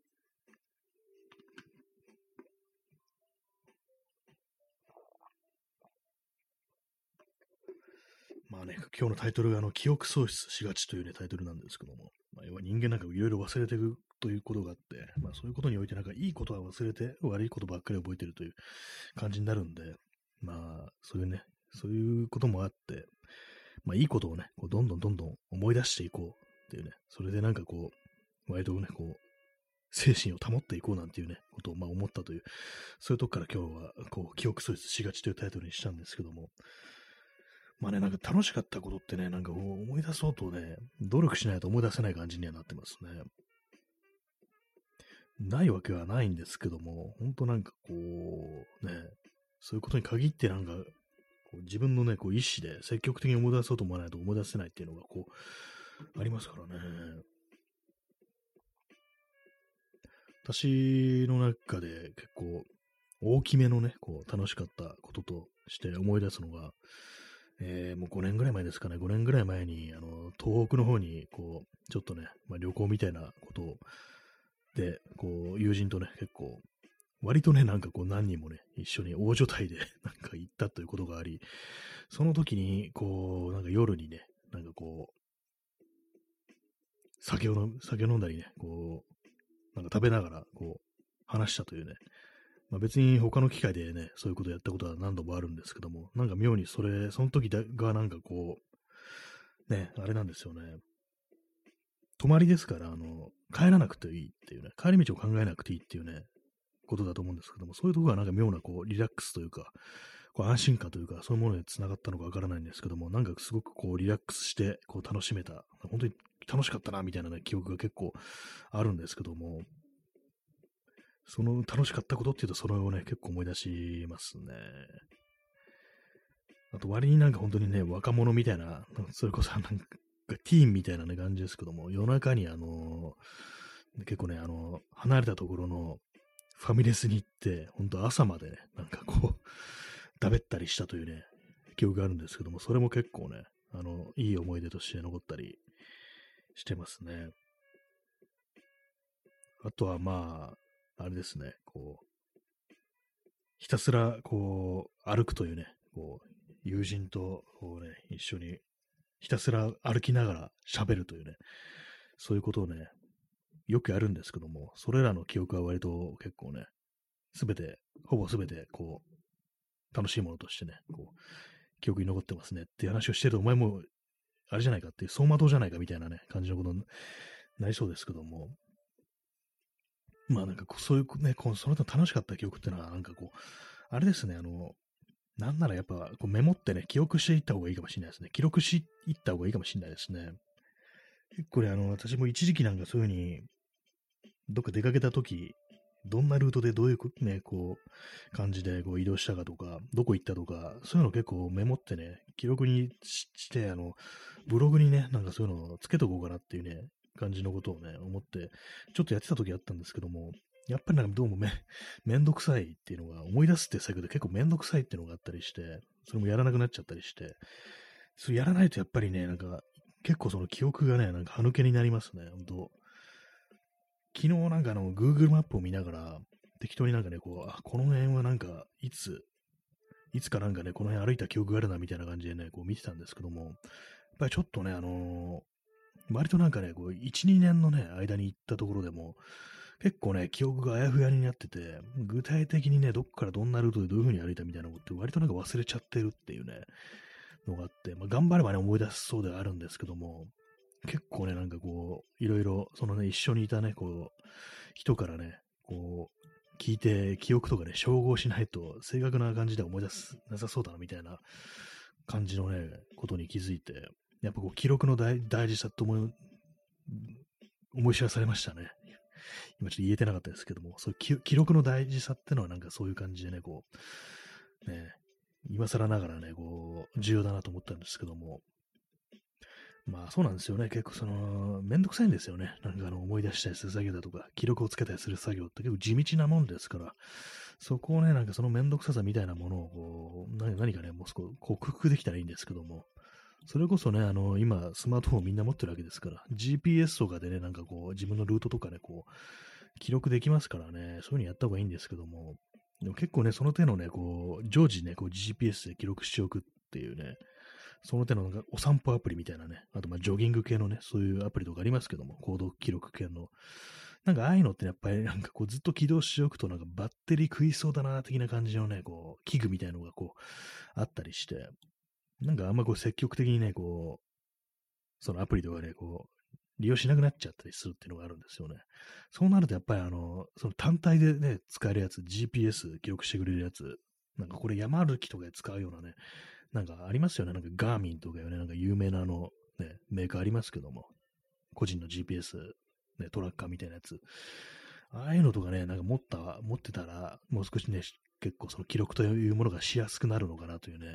まあね、今日のタイトルが記憶喪失しがちというね、タイトルなんですけども、まあ、要は人間なんかいろいろ忘れていくということがあって、まあそういうことにおいてなんかいいことは忘れて悪いことばっかり覚えてるという感じになるんで、まあそういうね、そういうこともあって、まあいいことをね、こうどんどん思い出していこうっていうね、それでなんかこう、割とね、こう、精神を保っていこうなんていうね、ことをまあ思ったという、そういうとこから今日はこう記憶喪失しがちというタイトルにしたんですけども、まあね、なんか楽しかったことってね、なんか思い出そうとね、努力しないと思い出せない感じにはなってますね。ないわけはないんですけども、ほんとなんかこう、ね、そういうことに限ってなんか、こ自分のね、こう意思で積極的に思い出そうと思わないと思い出せないっていうのがありますからね。私の中で結構大きめのね、楽しかったこととして思い出すのが、もう5年ぐらい前ですかね、5年ぐらい前に、東北の方に、ちょっとね、旅行みたいなことで、友人とね、結構、割とね、なんか何人もね、一緒に大所帯でなんか行ったということがあり、その時に、なんか夜にね、なんか酒飲んだりね、なんか食べながら、話したというね、別に他の機会でね、そういうことやったことは何度もあるんですけども、なんか妙にその時がなんかね、あれなんですよね。泊まりですから、帰らなくていいっていうね、帰り道を考えなくていいっていうね、ことだと思うんですけども、そういうところがなんか妙なリラックスというか、安心感というか、そういうものに繋がったのかわからないんですけども、なんかすごくリラックスして、楽しめた、本当に楽しかったな、みたいなね、記憶が結構あるんですけども、その楽しかったことっていうと、それをね、結構思い出しますね。あと、割になんか本当にね、若者みたいな、それこそなんか、ティーンみたいなね、感じですけども、夜中に結構ね、離れたところのファミレスに行って、本当朝までね、なんかだべったりしたというね、記憶があるんですけども、それも結構ね、いい思い出として残ったりしてますね。あとはまあ、あれですね、ひたすら歩くというね、友人とね、一緒にひたすら歩きながら喋るというね、そういうことをね、よくやるんですけども、それらの記憶は割と結構ね、ほぼすべて、楽しいものとしてね、記憶に残ってますねっていう話をしてると、お前も、あれじゃないかっていう、走馬灯じゃないかみたいなね、感じのことになりそうですけども、なんかそういうね、その他楽しかった記憶っていうのは、なんかあれですね、なんならやっぱメモってね、記憶していった方がいいかもしれないですね。記録しいった方がいいかもしれないですね。結構ね、私も一時期なんかそういう風に、どっか出かけた時、どんなルートでどういうね、感じで移動したかとか、どこ行ったとか、そういうの結構メモってね、記録にして、ブログにね、なんかそういうのをつけとこうかなっていうね、感じのことをね、思って、ちょっとやってた時あったんですけども、やっぱりなんかどうもめんどくさいっていうのが、思い出すって作業で結構めんどくさいっていうのがあったりして、それもやらなくなっちゃったりして、それやらないとやっぱりね、なんか、結構その記憶がね、なんか歯抜けになりますね、本当昨日なんかGoogle マップを見ながら、適当になんかね、この辺はなんか、いつかなんかね、この辺歩いた記憶があるな、みたいな感じでね、見てたんですけども、やっぱりちょっとね、割となんかね、1、2年のね、間に行ったところでも、結構ね、記憶があやふやになってて、具体的にね、どっからどんなルートでどういう風に歩いたみたいなことって割となんか忘れちゃってるっていうね、のがあって、頑張ればね、思い出せそうではあるんですけども、結構ね、なんかいろいろ、そのね、一緒にいたね、人からね、聞いて、記憶とかね、照合しないと、正確な感じでは思い出すなさそうだな、みたいな感じのね、ことに気づいて、やっぱ記録の大事さと思い知らされましたね。今ちょっと言えてなかったですけども、そういう記録の大事さってのはなんかそういう感じでね、ね、今更ながらね、重要だなと思ったんですけども、そうなんですよね。結構めんどくさいんですよね。なんか思い出したりする作業だとか、記録をつけたりする作業って結構地道なもんですから、そこをね、なんかそのめんどくささみたいなものを何かね、もう少し克服できたらいいんですけども、それこそね、今、スマートフォンみんな持ってるわけですから、GPS とかでね、なんか自分のルートとかね、記録できますからね、そういうのやった方がいいんですけども、でも結構ね、その手のね、常時ね、GPS で記録しておくっていうね、その手のなんかお散歩アプリみたいなね、あとジョギング系のね、そういうアプリとかありますけども、行動記録系の。なんかああいうのってやっぱりなんかずっと起動しておくとなんかバッテリー食いそうだな的な感じのね、器具みたいなのがあったりして、なんかあんま積極的にね、そのアプリとかで利用しなくなっちゃったりするっていうのがあるんですよね。そうなるとやっぱりその単体でね、使えるやつ、GPS 記録してくれるやつ、なんかこれ山歩きとかで使うようなね、なんかありますよね。なんかガーミンとかいうね、なんか有名なね、メーカーありますけども、個人の GPS、ね、トラッカーみたいなやつ。ああいうのとかね、なんか持ってたら、もう少しね、結構その記録というものがしやすくなるのかなというね、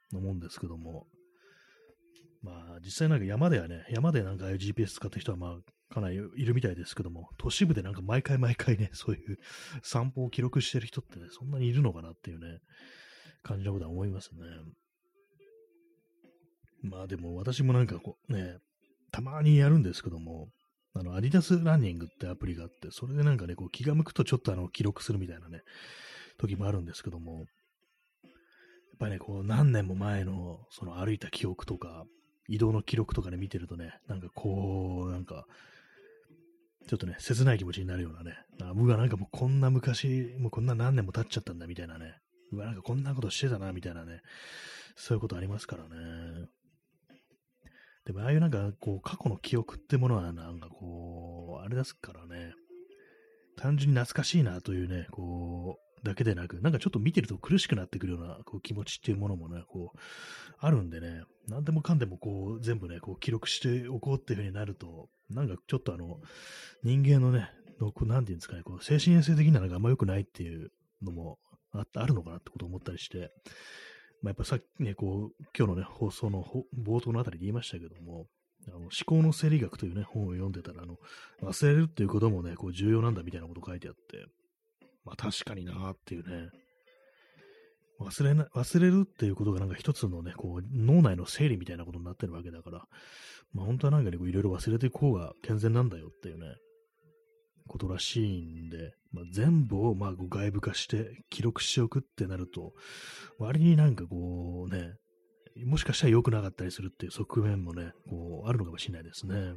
思うんですけども、まあ、実際なんか山ではね、山でなんか GPS 使った人はまあ、かなりいるみたいですけども、都市部でなんか毎回毎回ね、そういう散歩を記録してる人ってね、そんなにいるのかなっていうね、感じのことは思いますね。まあでも私もなんかこうね、たまにやるんですけども、アディダスランニングってアプリがあって、それでなんかね、こう気が向くとちょっと記録するみたいなね、時もあるんですけども、やっぱりね、こう何年も前のその歩いた記憶とか、移動の記録とかで見てるとね、なんかこう、なんか、ちょっとね、切ない気持ちになるようなね、うわ、なんかもうこんな昔、もうこんな何年も経っちゃったんだみたいなね、うわ、なんかこんなことしてたなみたいなね、そういうことありますからね。でも、ああいうなんか、こう、過去の記憶ってものは、なんかこう、あれですからね、単純に懐かしいなというね、こう、だけでなく、なんかちょっと見てると苦しくなってくるようなこう気持ちっていうものもね、こう、あるんでね、なんでもかんでもこう、全部ね、こう、記録しておこうっていう風になると、なんかちょっと人間のね、なんていうんですかね、こう、精神衛生的にはなんかあんま良くないっていうのもあるのかなってことを思ったりして、まあ、やっぱさっきね、こう、今日のね、放送の冒頭のあたりで言いましたけども、思考の生理学というね、本を読んでたら、忘れるっていうこともね、こう、重要なんだみたいなこと書いてあって、まあ、確かになーっていうね、忘れるっていうことがなんか一つのね、こう、脳内の整理みたいなことになってるわけだから、まあ、本当はなんかね、こういろいろ忘れていく方が健全なんだよっていうね、ことらしいんで、まあ、全部をまあこう外部化して記録しておくってなると、割になんかこうね、もしかしたら良くなかったりするっていう側面もね、こうあるのかもしれないですね。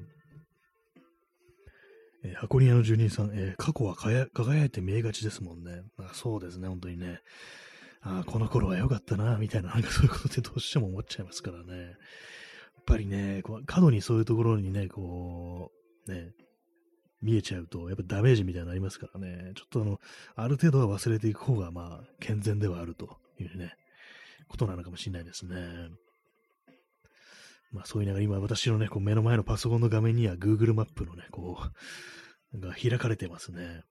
箱庭の住人さん、過去は輝いて見えがちですもんね。まあ、そうですね、本当にね。この頃は良かったな、みたいな、なんかそういうことってどうしても思っちゃいますからね。やっぱりね、こう過度にそういうところにね、こう、ね、見えちゃうと、やっぱダメージみたいになりますからね。ちょっとある程度は忘れていく方が、まあ、健全ではあるというね、ことなのかもしれないですね。まあ、そういうながら今、私のね、こう目の前のパソコンの画面には Google マップのね、こう、が開かれてますね。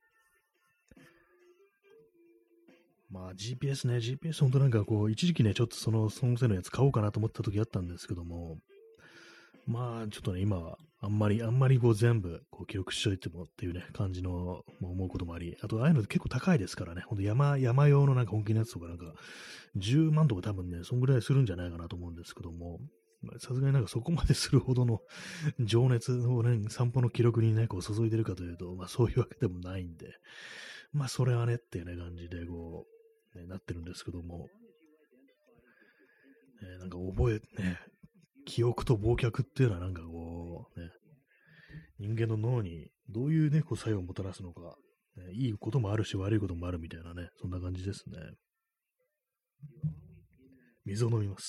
まあ GPS ね、GPS 本当なんかこう、一時期ね、ちょっとその手のやつ買おうかなと思った時あったんですけども、まあちょっとね、今はあんまりこう全部こう記録しといてもっていうね、感じの思うこともあり、あとああいうの結構高いですからね、ほんと山用のなんか本気のやつとかなんか10万とか多分ね、そんぐらいするんじゃないかなと思うんですけども、さすがになんかそこまでするほどの情熱をね、散歩の記録にね、こう注いでるかというと、まあそういうわけでもないんで、まあそれはねっていうね感じでこう、ね、なってるんですけども、なんか記憶と忘却っていうのはなんかこう、ね、人間の脳にどういうね、こう作用をもたらすのか、ね、いいこともあるし悪いこともあるみたいなね、そんな感じですね。水を飲みます。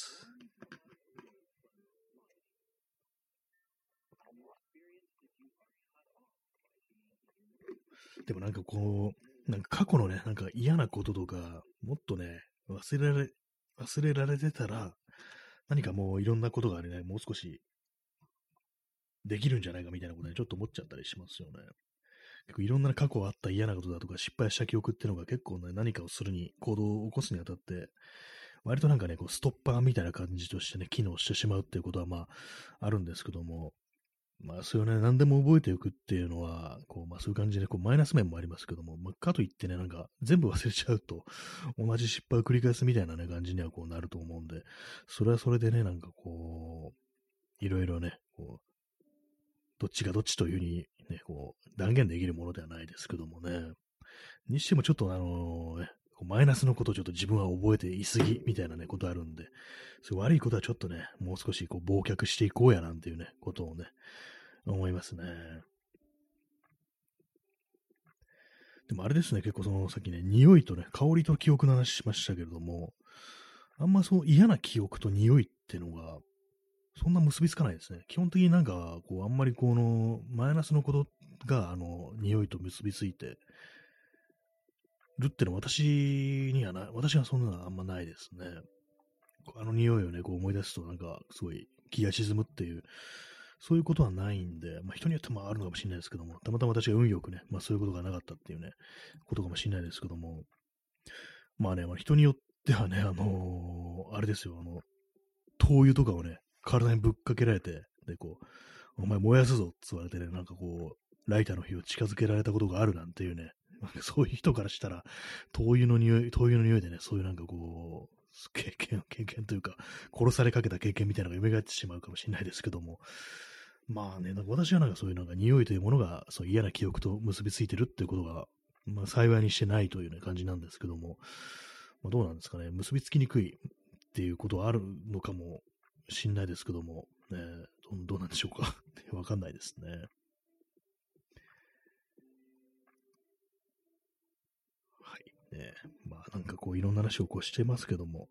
でもなんかこう、なんか過去のね、なんか嫌なこととか、もっとね、忘れられてたら、何かもういろんなことがね、もう少しできるんじゃないかみたいなことにちょっと思っちゃったりしますよね。結構いろんな過去あった嫌なことだとか失敗した記憶っていうのが結構ね、何かをするに、行動を起こすにあたって、割となんかね、こうストッパーみたいな感じとしてね、機能してしまうっていうことはまあ、あるんですけども、まあ、それをね、何でも覚えておくっていうのは、こう、まあそういう感じで、こう、マイナス面もありますけども、まあ、かといってね、なんか、全部忘れちゃうと、同じ失敗を繰り返すみたいなね、感じにはこうなると思うんで、それはそれでね、なんかこう、いろいろね、こう、どっちがどっちというふうにね、こう、断言できるものではないですけどもね。にしてもちょっとね、マイナスのことをちょっと自分は覚えていすぎみたいなね、ことあるんで、そういう悪いことはちょっとね、もう少しこう、忘却していこうやなんていうね、ことをね、思いますね。でもあれですね、結構さっきね、匂いとね、香りと記憶の話しましたけれども、あんまそう嫌な記憶と匂いっていうのが、そんな結びつかないですね。基本的になんか、こう、あんまりマイナスのことが、匂いと結びついてるっていうのは私はそんなのあんまないですね。あの匂いをね、こう思い出すとなんか、すごい気が沈むっていう、そういうことはないんで、まあ人によってもあるのかもしれないですけども、たまたま私が運よくね、まあそういうことがなかったっていうね、ことかもしれないですけども、まあね、まあ人によっではね、あれですよ、灯油とかをね、体にぶっかけられて、で、こう、お前燃やすぞって言われてね、なんかこう、ライターの火を近づけられたことがあるなんていうね、なんかそういう人からしたら、灯油の匂いでね、そういうなんかこう、経験というか、殺されかけた経験みたいなのが蘇ってしまうかもしれないですけども、まあね、なんか私はなんかそういうなんか匂いというものが、そう嫌な記憶と結びついてるっていうことが、まあ幸いにしてないというね、感じなんですけども、まあ、どうなんですかね、結びつきにくいっていうことはあるのかもしんないですけども、ね、どうなんでしょうか。わかんないですね。はい。ね、まあなんかこういろんな話をこうしてますけども、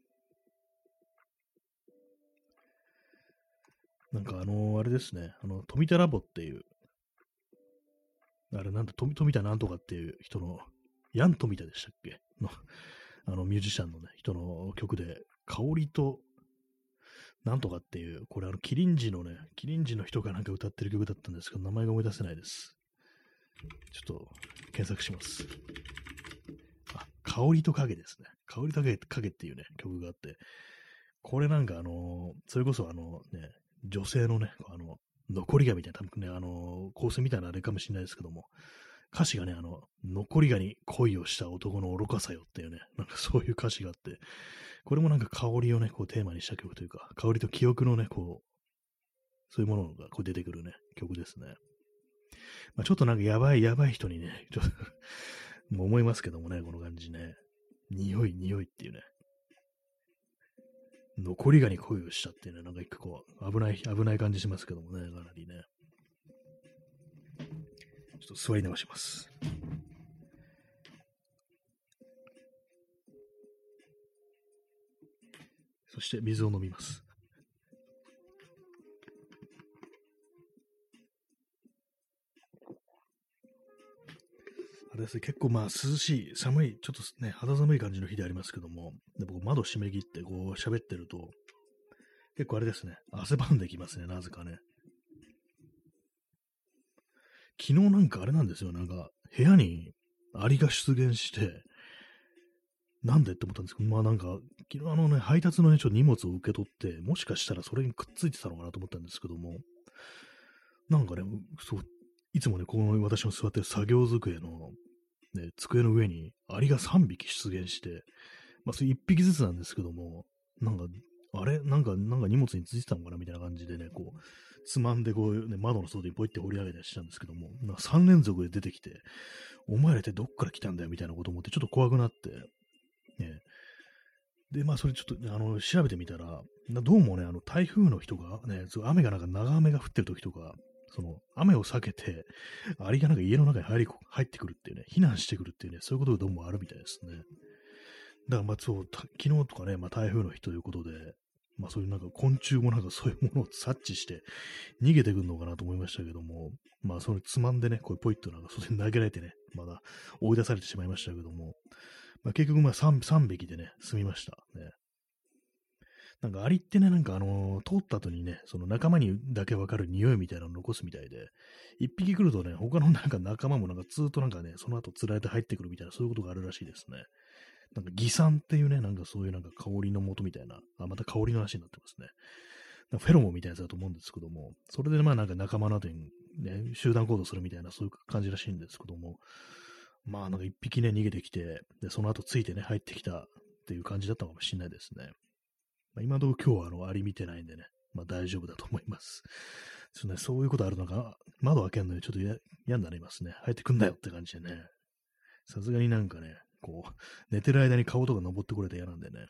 なんかあれですね、富田ラボっていう、あれなんだ、富田なんとかっていう人の、ヤン富田でしたっけの、ミュージシャンのね、人の曲で、香りとなんとかっていう、これキリンジのね、キリンジの人がなんか歌ってる曲だったんですけど、名前が思い出せないです。ちょっと検索します。あ、香りと影ですね。香りと影っていうね、曲があって、これなんかそれこそね、女性のね、残りがみたいな、多分ね、構成みたいなあれかもしれないですけども、歌詞がね、残りがに恋をした男の愚かさよっていうね、なんかそういう歌詞があって、これもなんか香りをね、こうテーマにした曲というか、香りと記憶のね、こう、そういうものがこう出てくるね、曲ですね。まあ、ちょっとなんかやばい人にね、ちょっともう思いますけどもね、この感じね。匂いっていうね。残りがに恋をしたっていうね、なんか一個こう、危ない感じしますけどもね、かなりね。ちょっと座り直します。そして水を飲みます。あれですね、結構まあ涼しい、寒い、ちょっとね、肌寒い感じの日でありますけども、で僕窓閉め切ってこう喋ってると、結構あれですね、汗ばんできますね、なぜかね。昨日なんかあれなんですよ、なんか部屋にアリが出現して、なんでって思ったんですけど、まあなんか、昨日ね、配達のね、ちょっと荷物を受け取って、もしかしたらそれにくっついてたのかなと思ったんですけども、なんかね、そう、いつもね、この私の座ってる作業机の、ね、机の上にアリが3匹出現して、まあそれ1匹ずつなんですけども、なんか、あれなんか荷物についてたのかなみたいな感じでね、こう、つまんでこう、ね、窓の外にポイって掘り上げたりしたんですけども、なんか3連続で出てきて、お前らってどっから来たんだよみたいなこと思って、ちょっと怖くなって、ね、で、まあ、それちょっと、ね、調べてみたら、どうもね、台風の人が、ね、雨がなんか長雨が降ってる時とか、その、雨を避けて、アリがなんか家の中に入ってくるっていうね、避難してくるっていうね、そういうことがどうもあるみたいですね。だからまあ、そう、昨日とかね、まあ、台風の日ということで、まあ、そういうなんか昆虫もなんかそういうものを察知して逃げてくるのかなと思いましたけども、まあ、それつまんでね、こうポイッとなんかそれに投げられてね、まだ追い出されてしまいましたけども、まあ、結局まあ3匹でね、済みましたね。なんかアリってね、なんか通った後にね、その仲間にだけわかる匂いみたいなのを残すみたいで、一匹来るとね、他のなんか仲間もなんかずっとなんかね、その後釣られて入ってくるみたいな、そういうことがあるらしいですね。なんか擬酸っていうね、なんかそういうなんか香りの元みたいな、また香りの話になってますね。なんかフェロモンみたいなやつだと思うんですけども、それでまあなんか仲間の後にね、集団行動するみたいな、そういう感じらしいんですけども、まあなんか一匹ね、逃げてきて、で、その後ついてね、入ってきたっていう感じだったかもしれないですね。まあ、今のところ今日はアリ見てないんでね、まあ大丈夫だと思います。ちょっとね、そういうことあるのか、窓開けんのにちょっと嫌になりますね。入ってくんなよって感じでね。さすがになんかね、こう、寝てる間に顔とか登ってこれて嫌なんでね。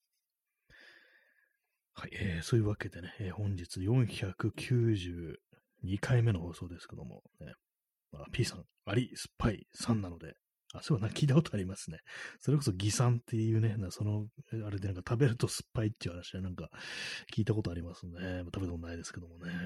はい、そういうわけでね、本日492回目の放送ですけども、ね、まあ、P さん、アリ、酸っぱい3なので、あ、そういえば聞いたことありますね。それこそ偽酸っていうね、あれでなんか食べると酸っぱいっていう話はなんか聞いたことありますね。食べたことないですけどもね。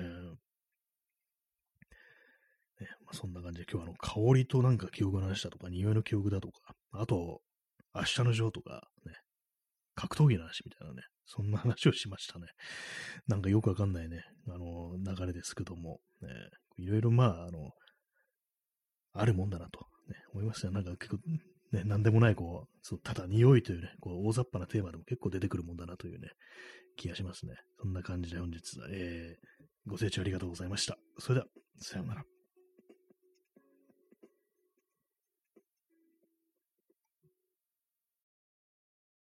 まあ、そんな感じで今日は香りとなんか記憶の話だとか、匂いの記憶だとか、あと、明日のジョーとか、ね、格闘技の話みたいなね、そんな話をしましたね。なんかよくわかんないね、流れですけども、ね、いろいろまあ、あるもんだなと、ね、思いましたよ。なんか結構、 ね、なんでもない、そうただ匂いというね、大雑把なテーマでも結構出てくるもんだなというね、気がしますね。そんな感じで本日は、ご清聴ありがとうございました。それでは、さようなら。